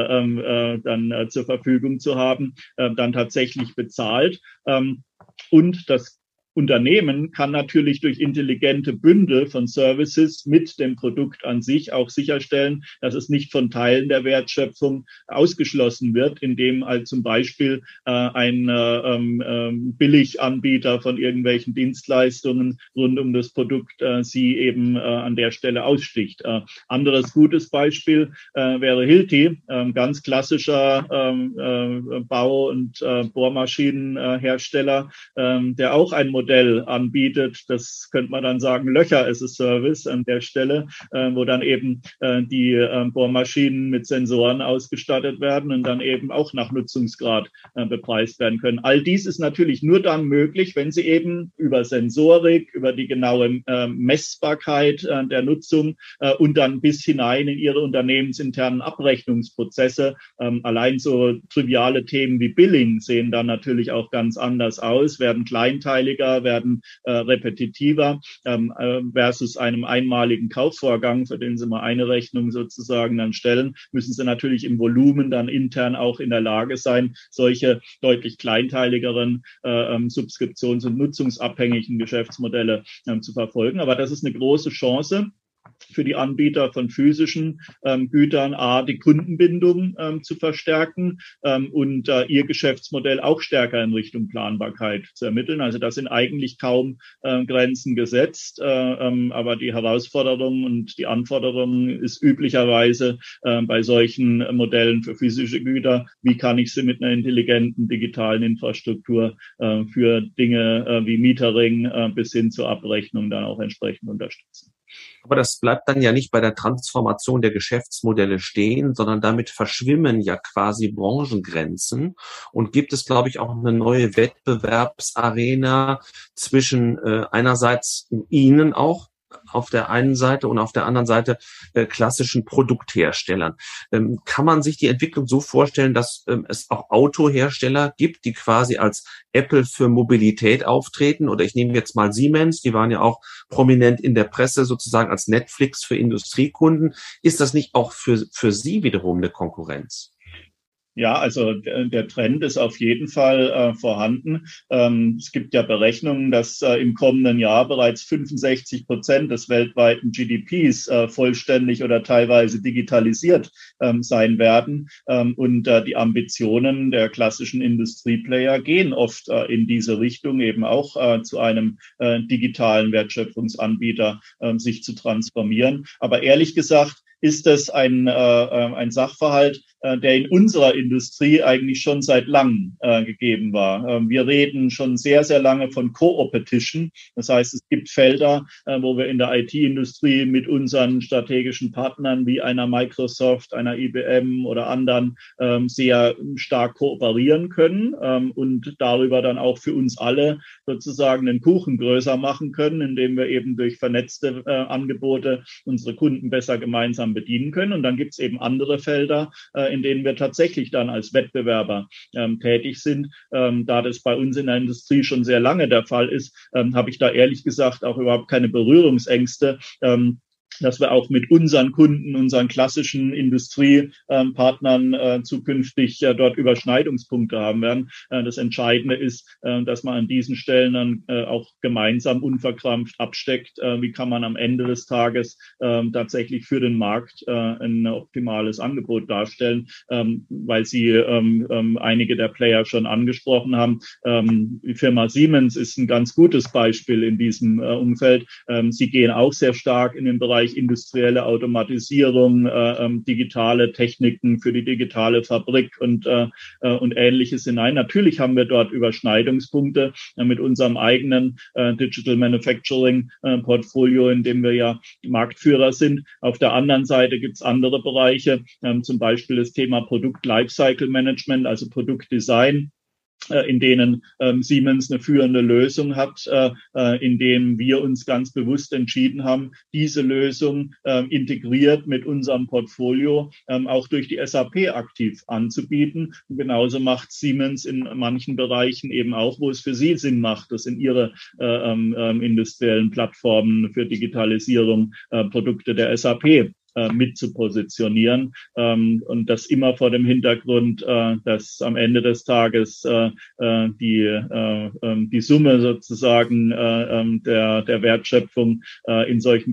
dann zur Verfügung zu haben, dann tatsächlich bezahlt. Und das Unternehmen kann natürlich durch intelligente Bündel von Services mit dem Produkt an sich auch sicherstellen, dass es nicht von Teilen der Wertschöpfung ausgeschlossen wird, indem halt zum Beispiel ein Billiganbieter von irgendwelchen Dienstleistungen rund um das Produkt sie eben an der Stelle aussticht. Anderes gutes Beispiel wäre Hilti, ganz klassischer Bau- und Bohrmaschinenhersteller, der auch ein Modell anbietet, das könnte man dann sagen Löcher as a Service an der Stelle, wo dann eben die Bohrmaschinen mit Sensoren ausgestattet werden und dann eben auch nach Nutzungsgrad bepreist werden können. All dies ist natürlich nur dann möglich, wenn Sie eben über Sensorik, über die genaue Messbarkeit der Nutzung und dann bis hinein in Ihre unternehmensinternen Abrechnungsprozesse, allein so triviale Themen wie Billing sehen dann natürlich auch ganz anders aus, werden kleinteiliger, werden repetitiver versus einem einmaligen Kaufvorgang, für den Sie mal eine Rechnung sozusagen dann stellen, müssen Sie natürlich im Volumen dann intern auch in der Lage sein, solche deutlich kleinteiligeren subskriptions- und nutzungsabhängigen Geschäftsmodelle zu verfolgen. Aber das ist eine große Chance für die Anbieter von physischen Gütern, die Kundenbindung zu verstärken und ihr Geschäftsmodell auch stärker in Richtung Planbarkeit zu ermitteln. Also da sind eigentlich kaum Grenzen gesetzt, aber die Herausforderung und die Anforderung ist üblicherweise bei solchen Modellen für physische Güter, wie kann ich sie mit einer intelligenten digitalen Infrastruktur für Dinge wie Metering bis hin zur Abrechnung dann auch entsprechend unterstützen. Aber das bleibt dann ja nicht bei der Transformation der Geschäftsmodelle stehen, sondern damit verschwimmen ja quasi Branchengrenzen und gibt es, glaube ich, auch eine neue Wettbewerbsarena zwischen einerseits Ihnen auch auf der einen Seite und auf der anderen Seite klassischen Produktherstellern. Kann man sich die Entwicklung so vorstellen, dass es auch Autohersteller gibt, die quasi als Apple für Mobilität auftreten? Oder ich nehme jetzt mal Siemens, die waren ja auch prominent in der Presse sozusagen als Netflix für Industriekunden. Ist das nicht auch für Sie wiederum eine Konkurrenz? Ja, also der Trend ist auf jeden Fall vorhanden. Es gibt ja Berechnungen, dass im kommenden Jahr bereits 65% des weltweiten GDPs vollständig oder teilweise digitalisiert sein werden. Und die Ambitionen der klassischen Industrieplayer gehen oft in diese Richtung, eben auch zu einem digitalen Wertschöpfungsanbieter sich zu transformieren. Aber ehrlich gesagt, ist das ein Sachverhalt, der in unserer Industrie eigentlich schon seit langem gegeben war. Wir reden schon sehr, sehr lange von Co-Opetition. Das heißt, es gibt Felder, wo wir in der IT-Industrie mit unseren strategischen Partnern wie einer Microsoft, einer IBM oder anderen sehr stark kooperieren können und darüber dann auch für uns alle sozusagen den Kuchen größer machen können, indem wir eben durch vernetzte Angebote unsere Kunden besser gemeinsam bedienen können. Und dann gibt es eben andere Felder, in denen wir tatsächlich dann als Wettbewerber tätig sind. Da das bei uns in der Industrie schon sehr lange der Fall ist, habe ich da ehrlich gesagt auch überhaupt keine Berührungsängste, dass wir auch mit unseren Kunden, unseren klassischen Industriepartnern zukünftig dort Überschneidungspunkte haben werden. Das Entscheidende ist, dass man an diesen Stellen dann auch gemeinsam unverkrampft absteckt. Wie kann man am Ende des Tages tatsächlich für den Markt ein optimales Angebot darstellen, weil Sie einige der Player schon angesprochen haben. Die Firma Siemens ist ein ganz gutes Beispiel in diesem Umfeld. Sie gehen auch sehr stark in den Bereich industrielle Automatisierung, digitale Techniken für die digitale Fabrik und Ähnliches hinein. Natürlich haben wir dort Überschneidungspunkte mit unserem eigenen Digital Manufacturing Portfolio, in dem wir ja Marktführer sind. Auf der anderen Seite gibt es andere Bereiche, zum Beispiel das Thema Produkt Lifecycle Management, also Produktdesign, in denen Siemens eine führende Lösung hat, in denen wir uns ganz bewusst entschieden haben, diese Lösung integriert mit unserem Portfolio auch durch die SAP aktiv anzubieten. Und genauso macht Siemens in manchen Bereichen eben auch, wo es für sie Sinn macht, das in ihre industriellen Plattformen für Digitalisierung Produkte der SAP mit zu positionieren und das immer vor dem Hintergrund, dass am Ende des Tages die Summe sozusagen der Wertschöpfung in solchen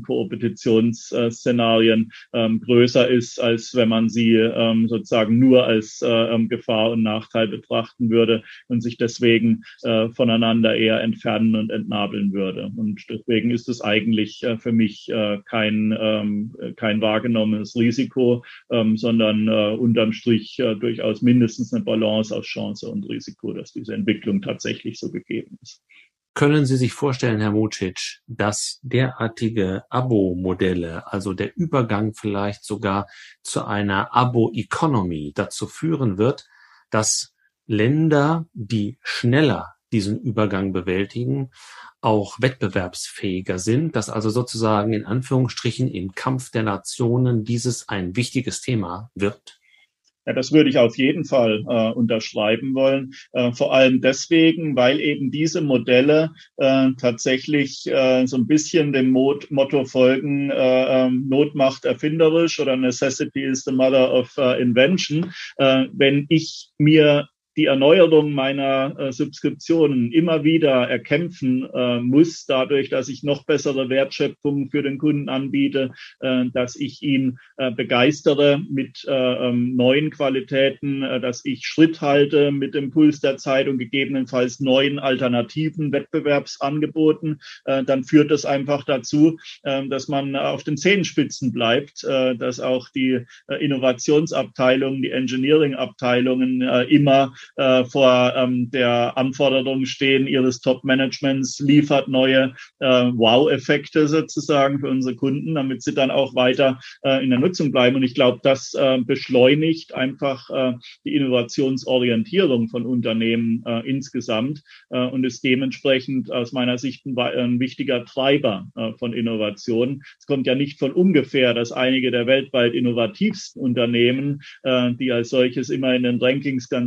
Kooperationsszenarien größer ist, als wenn man sie sozusagen nur als Gefahr und Nachteil betrachten würde und sich deswegen voneinander eher entfernen und entnabeln würde. Und deswegen ist es eigentlich für mich kein wahrgenommenes Risiko, sondern unterm Strich durchaus mindestens eine Balance aus Chance und Risiko, dass diese Entwicklung tatsächlich so gegeben ist. Können Sie sich vorstellen, Herr Mucic, dass derartige Abo-Modelle, also der Übergang vielleicht sogar zu einer Abo-Economy dazu führen wird, dass Länder, die schneller diesen Übergang bewältigen, auch wettbewerbsfähiger sind, dass also sozusagen in Anführungsstrichen im Kampf der Nationen dieses ein wichtiges Thema wird? Ja, das würde ich auf jeden Fall unterschreiben wollen. Vor allem deswegen, weil eben diese Modelle tatsächlich so ein bisschen dem Motto folgen, Not macht erfinderisch oder Necessity is the mother of invention. Wenn ich mir die Erneuerung meiner Subskriptionen immer wieder erkämpfen muss, dadurch, dass ich noch bessere Wertschöpfung für den Kunden anbiete, dass ich ihn begeistere mit neuen Qualitäten, dass ich Schritt halte mit dem Puls der Zeit und gegebenenfalls neuen alternativen Wettbewerbsangeboten, dann führt das einfach dazu, dass man auf den Zehenspitzen bleibt, dass auch die Innovationsabteilungen, die Engineering-Abteilungen immer vor der Anforderung stehen ihres Top-Managements, liefert neue Wow-Effekte sozusagen für unsere Kunden, damit sie dann auch weiter in der Nutzung bleiben. Und ich glaube, das beschleunigt einfach die Innovationsorientierung von Unternehmen insgesamt und ist dementsprechend aus meiner Sicht ein wichtiger Treiber von Innovation. Es kommt ja nicht von ungefähr, dass einige der weltweit innovativsten Unternehmen, die als solches immer in den Rankings ganz vorne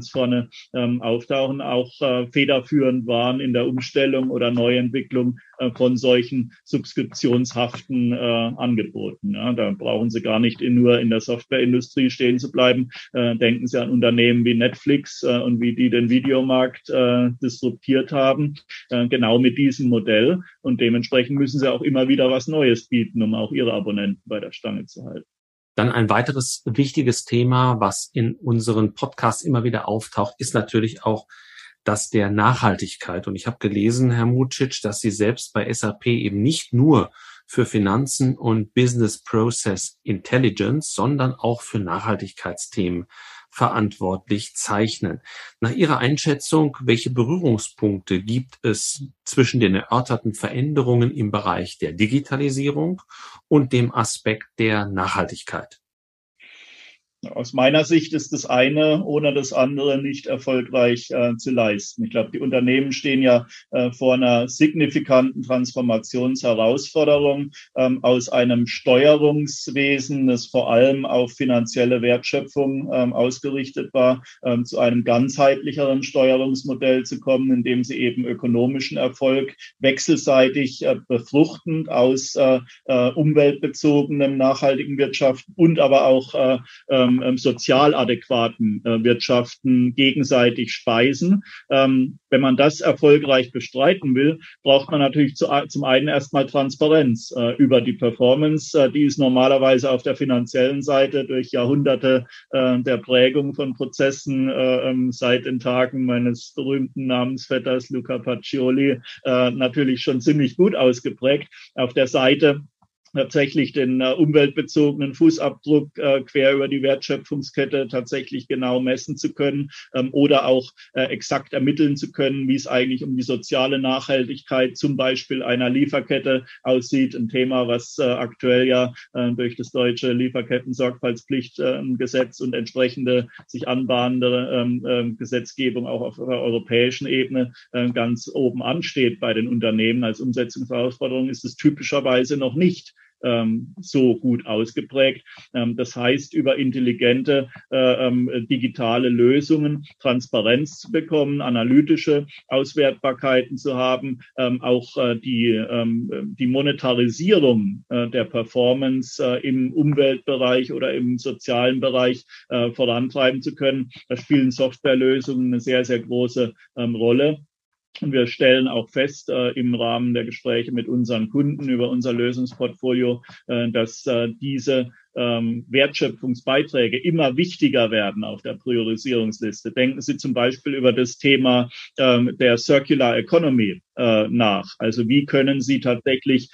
auftauchen, auch federführend waren in der Umstellung oder Neuentwicklung von solchen subskriptionshaften Angeboten. Ja, da brauchen Sie gar nicht nur in der Softwareindustrie stehen zu bleiben. Denken Sie an Unternehmen wie Netflix und wie die den Videomarkt disruptiert haben, genau mit diesem Modell. Und dementsprechend müssen Sie auch immer wieder was Neues bieten, um auch Ihre Abonnenten bei der Stange zu halten. Dann ein weiteres wichtiges Thema, was in unseren Podcasts immer wieder auftaucht, ist natürlich auch das der Nachhaltigkeit. Und ich habe gelesen, Herr Mucic, dass Sie selbst bei SAP eben nicht nur für Finanzen und Business Process Intelligence, sondern auch für Nachhaltigkeitsthemen verantwortlich zeichnen. Nach Ihrer Einschätzung, welche Berührungspunkte gibt es zwischen den erörterten Veränderungen im Bereich der Digitalisierung und dem Aspekt der Nachhaltigkeit? Aus meiner Sicht ist das eine ohne das andere nicht erfolgreich zu leisten. Ich glaube, die Unternehmen stehen ja vor einer signifikanten Transformationsherausforderung aus einem Steuerungswesen, das vor allem auf finanzielle Wertschöpfung ausgerichtet war, zu einem ganzheitlicheren Steuerungsmodell zu kommen, in dem sie eben ökonomischen Erfolg wechselseitig befruchtend aus umweltbezogenem nachhaltigen Wirtschaften und aber auch sozial adäquaten Wirtschaften gegenseitig speisen. Wenn man das erfolgreich bestreiten will, braucht man natürlich zum einen erstmal Transparenz über die Performance. Die ist normalerweise auf der finanziellen Seite durch Jahrhunderte der Prägung von Prozessen seit den Tagen meines berühmten Namensvetters Luca Pacioli natürlich schon ziemlich gut ausgeprägt. Auf der Seite tatsächlich den umweltbezogenen Fußabdruck quer über die Wertschöpfungskette tatsächlich genau messen zu können oder auch exakt ermitteln zu können, wie es eigentlich um die soziale Nachhaltigkeit zum Beispiel einer Lieferkette aussieht. Ein Thema, was aktuell ja durch das deutsche Lieferketten-Sorgfaltspflichtgesetz und entsprechende sich anbahnende Gesetzgebung auch auf der europäischen Ebene ganz oben ansteht bei den Unternehmen. Als Umsetzungsherausforderung ist es typischerweise noch nicht so gut ausgeprägt. Das heißt, über intelligente digitale Lösungen Transparenz zu bekommen, analytische Auswertbarkeiten zu haben, auch die Monetarisierung der Performance im Umweltbereich oder im sozialen Bereich vorantreiben zu können. Da spielen Softwarelösungen eine sehr, sehr große Rolle. Und wir stellen auch fest im Rahmen der Gespräche mit unseren Kunden über unser Lösungsportfolio, dass diese Wertschöpfungsbeiträge immer wichtiger werden auf der Priorisierungsliste. Denken Sie zum Beispiel über das Thema der Circular Economy nach. Also wie können Sie tatsächlich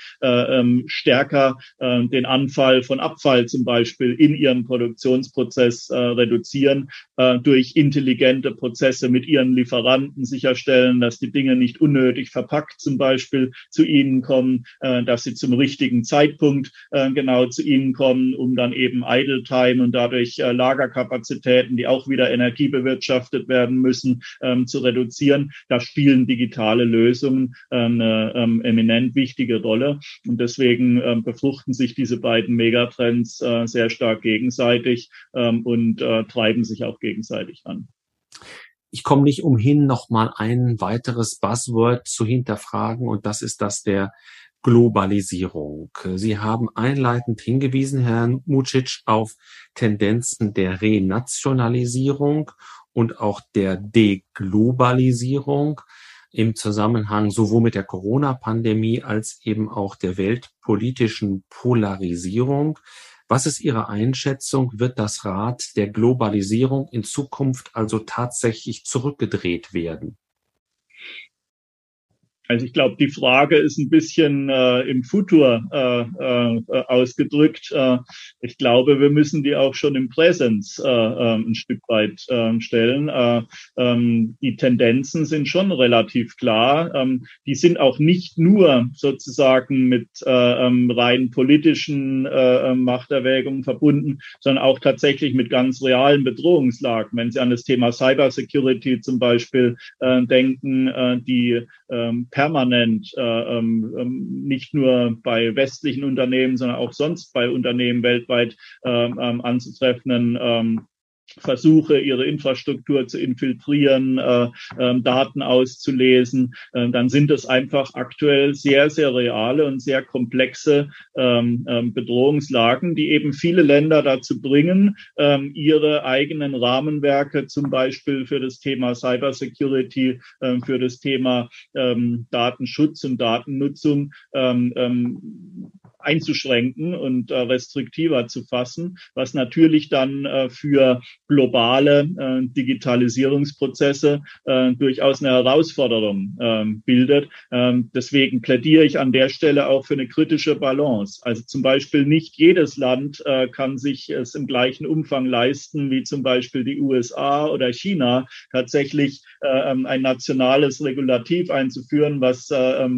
stärker den Anfall von Abfall zum Beispiel in Ihrem Produktionsprozess reduzieren, durch intelligente Prozesse mit Ihren Lieferanten sicherstellen, dass die Dinge nicht unnötig verpackt zum Beispiel zu Ihnen kommen, dass sie zum richtigen Zeitpunkt genau zu Ihnen kommen, um dann eben Idle Time und dadurch Lagerkapazitäten, die auch wieder energiebewirtschaftet werden müssen, zu reduzieren. Da spielen digitale Lösungen eine eminent wichtige Rolle. Und deswegen befruchten sich diese beiden Megatrends sehr stark gegenseitig und treiben sich auch gegenseitig an. Ich komme nicht umhin, noch mal ein weiteres Buzzword zu hinterfragen, und das ist das der Globalisierung. Sie haben einleitend hingewiesen, Herr Mucic, auf Tendenzen der Renationalisierung und auch der Deglobalisierung im Zusammenhang sowohl mit der Corona-Pandemie als eben auch der weltpolitischen Polarisierung. Was ist Ihre Einschätzung? Wird das Rad der Globalisierung in Zukunft also tatsächlich zurückgedreht werden? Also ich glaube, die Frage ist ein bisschen im Futur ausgedrückt. Ich glaube, wir müssen die auch schon im Präsens ein Stück weit stellen. Die Tendenzen sind schon relativ klar. Die sind auch nicht nur sozusagen mit rein politischen Machterwägungen verbunden, sondern auch tatsächlich mit ganz realen Bedrohungslagen. Wenn Sie an das Thema Cybersecurity zum Beispiel denken, die permanent nicht nur bei westlichen Unternehmen, sondern auch sonst bei Unternehmen weltweit anzutreffenden Versuche, ihre Infrastruktur zu infiltrieren, Daten auszulesen, dann sind es einfach aktuell sehr, sehr reale und sehr komplexe Bedrohungslagen, die eben viele Länder dazu bringen, ihre eigenen Rahmenwerke zum Beispiel für das Thema Cybersecurity, für das Thema Datenschutz und Datennutzung einzuschränken und restriktiver zu fassen, was natürlich dann für globale Digitalisierungsprozesse durchaus eine Herausforderung bildet. Deswegen plädiere ich an der Stelle auch für eine kritische Balance. Also zum Beispiel nicht jedes Land kann sich es im gleichen Umfang leisten, wie zum Beispiel die USA oder China, tatsächlich ein nationales Regulativ einzuführen, was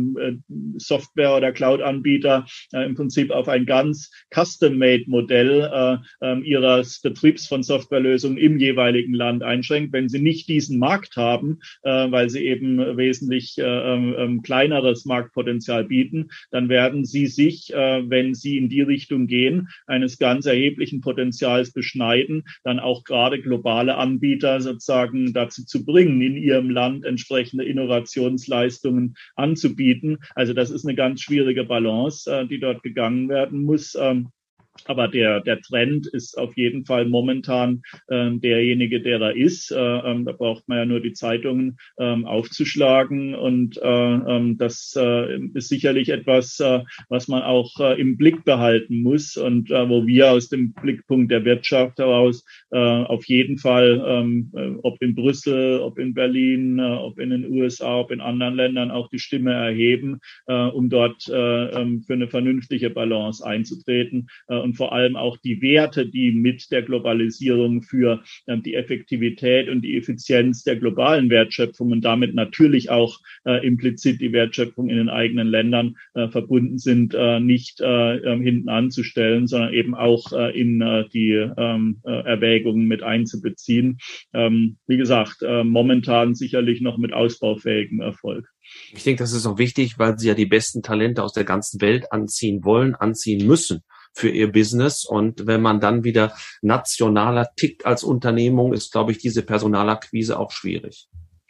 Software- oder Cloud-Anbieter im Prinzip auf ein ganz Custom-Made-Modell ihres Betriebs von Softwarelösungen im jeweiligen Land einschränkt. Wenn sie nicht diesen Markt haben, weil sie eben wesentlich kleineres Marktpotenzial bieten, dann werden sie sich, wenn sie in die Richtung gehen, eines ganz erheblichen Potenzials beschneiden, dann auch gerade globale Anbieter sozusagen dazu zu bringen, in ihrem Land entsprechende Innovationsleistungen anzubieten. Also das ist eine ganz schwierige Balance, die dort gegangen werden muss. Aber der Trend ist auf jeden Fall momentan derjenige, der da ist. Da braucht man ja nur die Zeitungen aufzuschlagen. Und das ist sicherlich etwas, was man auch im Blick behalten muss und wo wir aus dem Blickpunkt der Wirtschaft heraus auf jeden Fall, ob in Brüssel, ob in Berlin, ob in den USA, ob in anderen Ländern auch die Stimme erheben, um dort für eine vernünftige Balance einzutreten. Und vor allem auch die Werte, die mit der Globalisierung für die Effektivität und die Effizienz der globalen Wertschöpfung und damit natürlich auch implizit die Wertschöpfung in den eigenen Ländern verbunden sind, nicht hinten anzustellen, sondern eben auch in die Erwägungen mit einzubeziehen. Wie gesagt, momentan sicherlich noch mit ausbaufähigem Erfolg. Ich denke, das ist auch wichtig, weil Sie ja die besten Talente aus der ganzen Welt anziehen wollen, anziehen müssen für Ihr Business. Und wenn man dann wieder nationaler tickt als Unternehmung, ist, glaube ich, diese Personalakquise auch schwierig.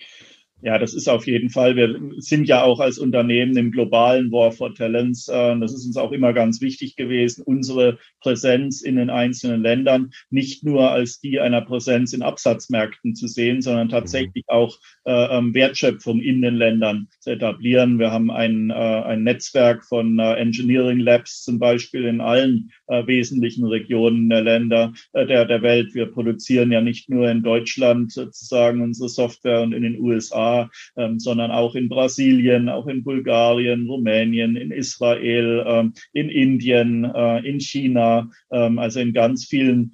Ja, das ist auf jeden Fall. Wir sind ja auch als Unternehmen im globalen War for Talents. Das ist uns auch immer ganz wichtig gewesen, unsere Präsenz in den einzelnen Ländern nicht nur als die einer Präsenz in Absatzmärkten zu sehen, sondern tatsächlich auch Wertschöpfung in den Ländern zu etablieren. Wir haben ein Netzwerk von Engineering Labs zum Beispiel in allen wesentlichen Regionen der Länder der Welt. Wir produzieren ja nicht nur in Deutschland sozusagen unsere Software und in den USA, sondern auch in Brasilien, auch in Bulgarien, Rumänien, in Israel, in Indien, in China, also in ganz vielen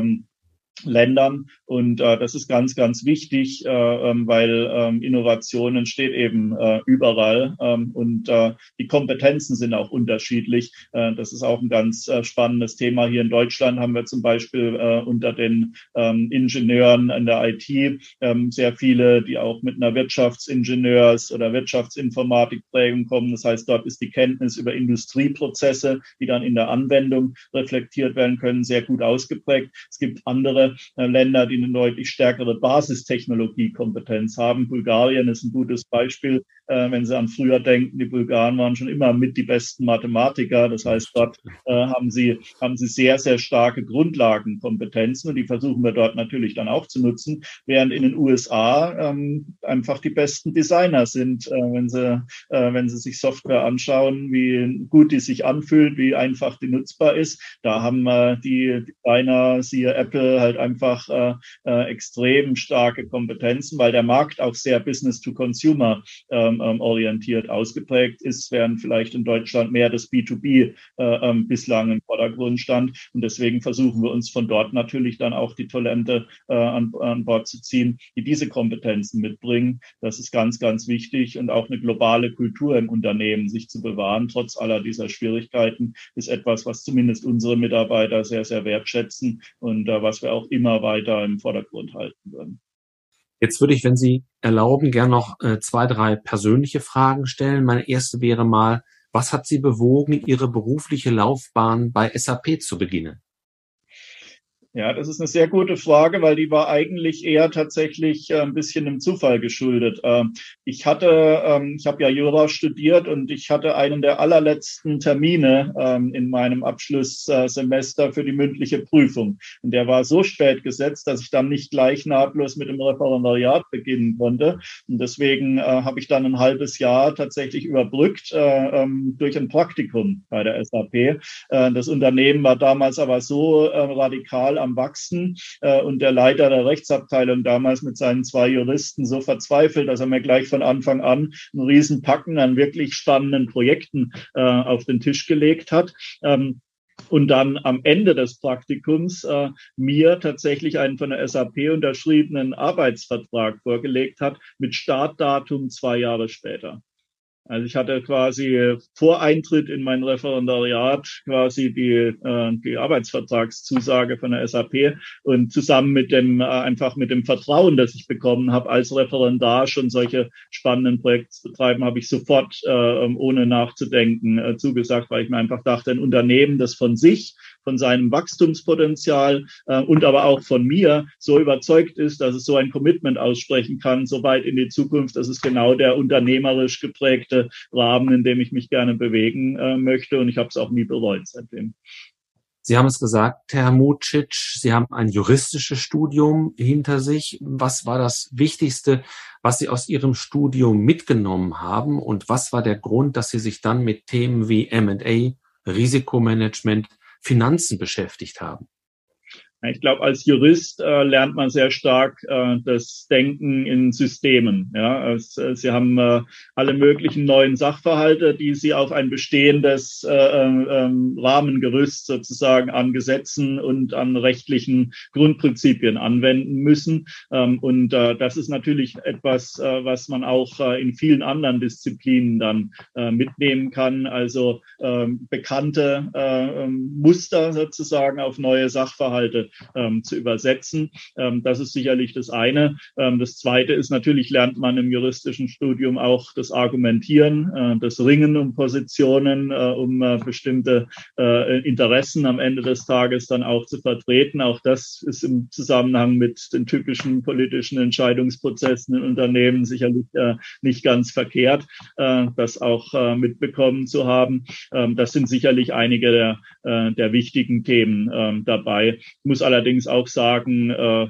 Ländern. Und das ist ganz, ganz wichtig, weil Innovation entsteht eben überall und die Kompetenzen sind auch unterschiedlich. Das ist auch ein ganz spannendes Thema. Hier in Deutschland haben wir zum Beispiel unter den Ingenieuren in der IT sehr viele, die auch mit einer Wirtschaftsingenieurs- oder Wirtschaftsinformatikprägung kommen. Das heißt, dort ist die Kenntnis über Industrieprozesse, die dann in der Anwendung reflektiert werden können, sehr gut ausgeprägt. Es gibt andere Länder, die eine deutlich stärkere Basistechnologiekompetenz haben. Bulgarien ist ein gutes Beispiel. Wenn Sie an früher denken, die Bulgaren waren schon immer mit die besten Mathematiker. Das heißt, dort haben sie sehr, sehr starke Grundlagenkompetenzen und die versuchen wir dort natürlich dann auch zu nutzen, während in den USA einfach die besten Designer sind, wenn sie sich Software anschauen, wie gut die sich anfühlt, wie einfach die nutzbar ist. Da haben die Designer, siehe Apple, halt einfach extrem starke Kompetenzen, weil der Markt auch sehr Business-to-Consumer orientiert ausgeprägt ist, während vielleicht in Deutschland mehr das B2B bislang im Vordergrund stand. Und deswegen versuchen wir uns von dort natürlich dann auch die Talente an Bord zu ziehen, die diese Kompetenzen mitbringen. Das ist ganz, ganz wichtig und auch eine globale Kultur im Unternehmen sich zu bewahren, trotz aller dieser Schwierigkeiten, ist etwas, was zumindest unsere Mitarbeiter sehr, sehr wertschätzen und was wir auch immer weiter im Vordergrund halten würden. Jetzt würde ich, wenn Sie erlauben, gerne noch 2, 3 persönliche Fragen stellen. Meine erste wäre mal, was hat Sie bewogen, Ihre berufliche Laufbahn bei SAP zu beginnen? Ja, das ist eine sehr gute Frage, weil die war eigentlich eher tatsächlich ein bisschen dem Zufall geschuldet. Ich habe ja Jura studiert und ich hatte einen der allerletzten Termine in meinem Abschlusssemester für die mündliche Prüfung. Und der war so spät gesetzt, dass ich dann nicht gleich nahtlos mit dem Referendariat beginnen konnte. Und deswegen habe ich dann ein halbes Jahr tatsächlich überbrückt durch ein Praktikum bei der SAP. Das Unternehmen war damals aber so radikal am Wachsen und der Leiter der Rechtsabteilung damals mit seinen 2 Juristen so verzweifelt, dass er mir gleich von Anfang an einen riesen Packen an wirklich spannenden Projekten auf den Tisch gelegt hat. Und dann am Ende des Praktikums mir tatsächlich einen von der SAP unterschriebenen Arbeitsvertrag vorgelegt hat mit Startdatum 2 Jahre später. Also ich hatte quasi vor Eintritt in mein Referendariat quasi die Arbeitsvertragszusage von der SAP und zusammen mit dem einfach mit dem Vertrauen, das ich bekommen habe als Referendar schon solche spannenden Projekte zu betreiben, habe ich sofort ohne nachzudenken zugesagt, weil ich mir einfach dachte, ein Unternehmen, das von sich, von seinem Wachstumspotenzial und aber auch von mir so überzeugt ist, dass es so ein Commitment aussprechen kann, so weit in die Zukunft, das ist genau der unternehmerisch geprägte Rahmen, in dem ich mich gerne bewegen möchte. Und ich habe es auch nie bereut seitdem. Sie haben es gesagt, Herr Mucic, Sie haben ein juristisches Studium hinter sich. Was war das Wichtigste, was Sie aus Ihrem Studium mitgenommen haben? Und was war der Grund, dass Sie sich dann mit Themen wie M&A, Risikomanagement, Finanzen beschäftigt haben? Ich glaube, als Jurist lernt man sehr stark das Denken in Systemen. Ja, Sie haben alle möglichen neuen Sachverhalte, die Sie auf ein bestehendes Rahmengerüst sozusagen an Gesetzen und an rechtlichen Grundprinzipien anwenden müssen. Und das ist natürlich etwas, was man auch in vielen anderen Disziplinen dann mitnehmen kann. Also bekannte Muster sozusagen auf neue Sachverhalte zu übersetzen. Das ist sicherlich das eine. Das zweite ist natürlich, lernt man im juristischen Studium auch das Argumentieren, das Ringen um Positionen, um bestimmte Interessen am Ende des Tages dann auch zu vertreten. Auch das ist im Zusammenhang mit den typischen politischen Entscheidungsprozessen in Unternehmen sicherlich nicht ganz verkehrt, das auch mitbekommen zu haben. Das sind sicherlich einige der wichtigen Themen dabei. Ich muss allerdings auch sagen,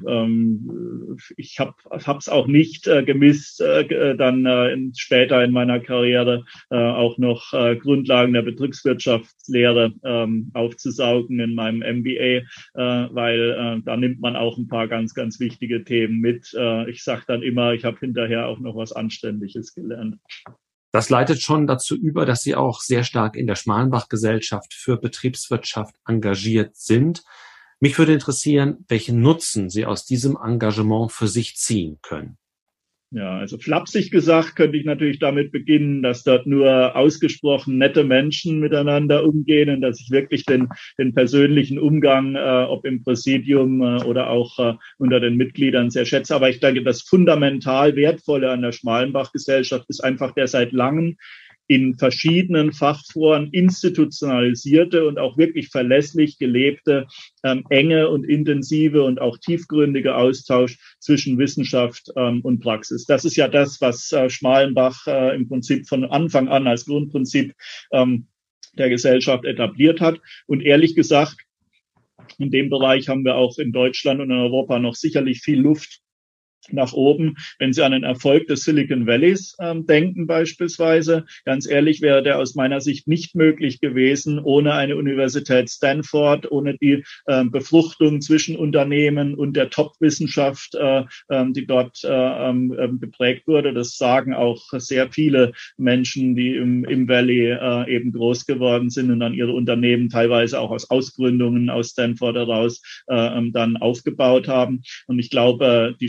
ich habe es auch nicht gemisst, dann später in meiner Karriere auch noch Grundlagen der Betriebswirtschaftslehre aufzusaugen in meinem MBA, weil da nimmt man auch ein paar ganz, ganz wichtige Themen mit. Ich sage dann immer, ich habe hinterher auch noch was Anständiges gelernt. Das leitet schon dazu über, dass Sie auch sehr stark in der Schmalenbach-Gesellschaft für Betriebswirtschaft engagiert sind. Mich würde interessieren, welchen Nutzen Sie aus diesem Engagement für sich ziehen können. Ja, also flapsig gesagt könnte ich natürlich damit beginnen, dass dort nur ausgesprochen nette Menschen miteinander umgehen und dass ich wirklich den persönlichen Umgang, ob im Präsidium oder auch unter den Mitgliedern sehr schätze. Aber ich denke, das fundamental Wertvolle an der Schmalenbach-Gesellschaft ist einfach der seit langem in verschiedenen Fachforen institutionalisierte und auch wirklich verlässlich gelebte enge und intensive und auch tiefgründige Austausch zwischen Wissenschaft und Praxis. Das ist ja das, was Schmalenbach im Prinzip von Anfang an als Grundprinzip der Gesellschaft etabliert hat. Und ehrlich gesagt, in dem Bereich haben wir auch in Deutschland und in Europa noch sicherlich viel Luft nach oben, wenn Sie an den Erfolg des Silicon Valleys denken beispielsweise. Ganz ehrlich, wäre der aus meiner Sicht nicht möglich gewesen ohne eine Universität Stanford, ohne die Befruchtung zwischen Unternehmen und der Top-Wissenschaft, die dort geprägt wurde. Das sagen auch sehr viele Menschen, die im Valley eben groß geworden sind und dann ihre Unternehmen teilweise auch aus Ausgründungen aus Stanford heraus dann aufgebaut haben. Und ich glaube, die Schmalenbach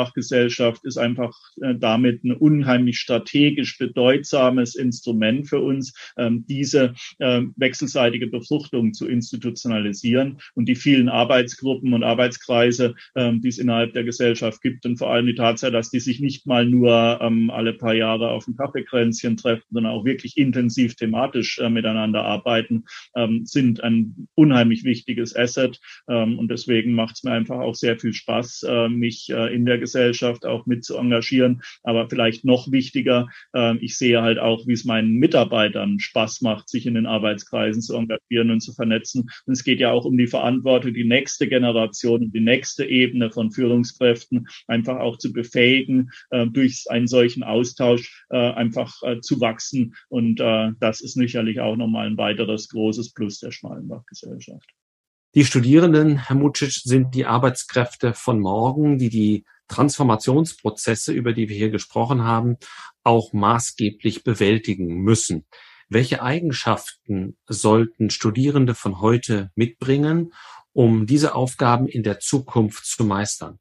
Schmallenbach-Gesellschaft ist einfach damit ein unheimlich strategisch bedeutsames Instrument für uns, diese wechselseitige Befruchtung zu institutionalisieren und die vielen Arbeitsgruppen und Arbeitskreise, die es innerhalb der Gesellschaft gibt und vor allem die Tatsache, dass die sich nicht mal nur alle paar Jahre auf ein Kaffeekränzchen treffen, sondern auch wirklich intensiv thematisch miteinander arbeiten, sind ein unheimlich wichtiges Asset. Und deswegen macht es mir einfach auch sehr viel Spaß, mich in der Gesellschaft auch mit zu engagieren. Aber vielleicht noch wichtiger, ich sehe halt auch, wie es meinen Mitarbeitern Spaß macht, sich in den Arbeitskreisen zu engagieren und zu vernetzen. Und es geht ja auch um die Verantwortung, die nächste Generation und die nächste Ebene von Führungskräften einfach auch zu befähigen, durch einen solchen Austausch einfach zu wachsen. Und das ist sicherlich auch nochmal ein weiteres großes Plus der Schmallenbach-Gesellschaft. Die Studierenden, Herr Mucic, sind die Arbeitskräfte von morgen, die die Transformationsprozesse, über die wir hier gesprochen haben, auch maßgeblich bewältigen müssen. Welche Eigenschaften sollten Studierende von heute mitbringen, um diese Aufgaben in der Zukunft zu meistern?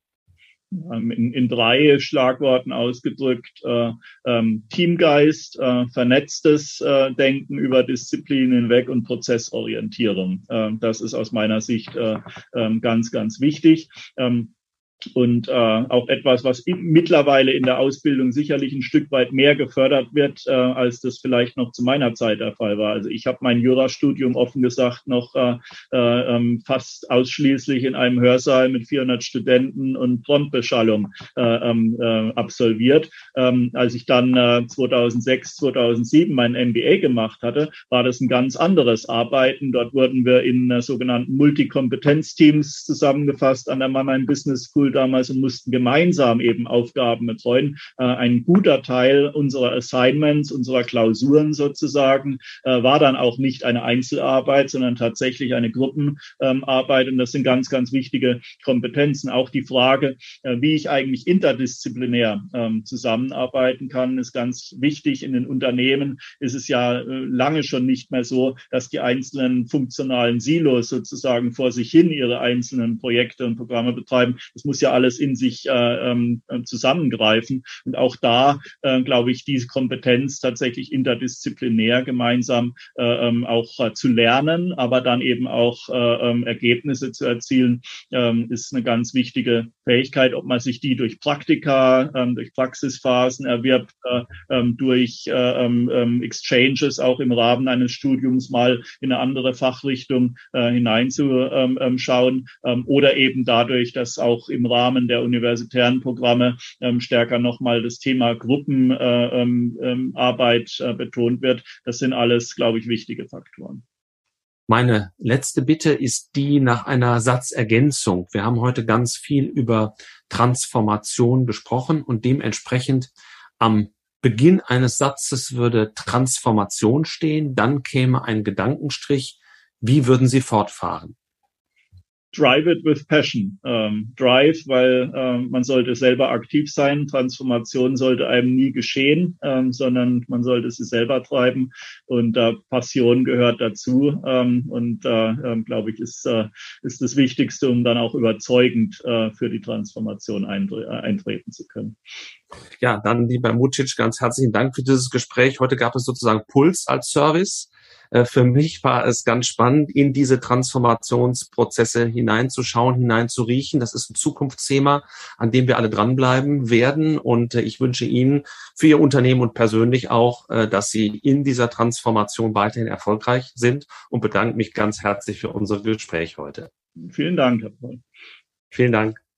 In 3 Schlagworten ausgedrückt: Teamgeist, vernetztes Denken über Disziplinen hinweg und Prozessorientierung. Das ist aus meiner Sicht ganz, ganz wichtig. Und auch etwas, was mittlerweile in der Ausbildung sicherlich ein Stück weit mehr gefördert wird, als das vielleicht noch zu meiner Zeit der Fall war. Also ich habe mein Jurastudium offen gesagt noch fast ausschließlich in einem Hörsaal mit 400 Studenten und Frontbeschallung absolviert. Als ich dann 2006, 2007 mein MBA gemacht hatte, war das ein ganz anderes Arbeiten. Dort wurden wir in sogenannten Multikompetenzteams zusammengefasst an der Mannheim Business School damals und mussten gemeinsam eben Aufgaben betreuen. Ein guter Teil unserer Assignments, unserer Klausuren sozusagen, war dann auch nicht eine Einzelarbeit, sondern tatsächlich eine Gruppenarbeit. Und das sind ganz, ganz wichtige Kompetenzen. Auch die Frage, wie ich eigentlich interdisziplinär zusammenarbeiten kann, ist ganz wichtig. In den Unternehmen ist es ja lange schon nicht mehr so, dass die einzelnen funktionalen Silos sozusagen vor sich hin ihre einzelnen Projekte und Programme betreiben. Das muss ja alles in sich zusammengreifen. Und auch da, glaube ich, diese Kompetenz tatsächlich interdisziplinär gemeinsam auch zu lernen, aber dann eben auch Ergebnisse zu erzielen, ist eine ganz wichtige Fähigkeit. Ob man sich die durch Praktika, durch Praxisphasen erwirbt, durch Exchanges auch im Rahmen eines Studiums mal in eine andere Fachrichtung hineinzuschauen oder eben dadurch, dass auch im Rahmen der universitären Programme stärker nochmal das Thema Gruppenarbeit betont wird. Das sind alles, glaube ich, wichtige Faktoren. Meine letzte Bitte ist die nach einer Satzergänzung. Wir haben heute ganz viel über Transformation gesprochen und dementsprechend am Beginn eines Satzes würde Transformation stehen, dann käme ein Gedankenstrich. Wie würden Sie fortfahren? Drive it with passion. Drive, weil man sollte selber aktiv sein. Transformation sollte einem nie geschehen, sondern man sollte sie selber treiben. Und Passion gehört dazu. Glaube ich, ist das Wichtigste, um dann auch überzeugend für die Transformation eintreten zu können. Ja, dann lieber Mucic, ganz herzlichen Dank für dieses Gespräch. Heute gab es sozusagen Puls als Service. Für mich war es ganz spannend, in diese Transformationsprozesse hineinzuschauen, hineinzuriechen. Das ist ein Zukunftsthema, an dem wir alle dranbleiben werden. Und ich wünsche Ihnen für Ihr Unternehmen und persönlich auch, dass Sie in dieser Transformation weiterhin erfolgreich sind und bedanke mich ganz herzlich für unser Gespräch heute. Vielen Dank, Herr Paul. Vielen Dank.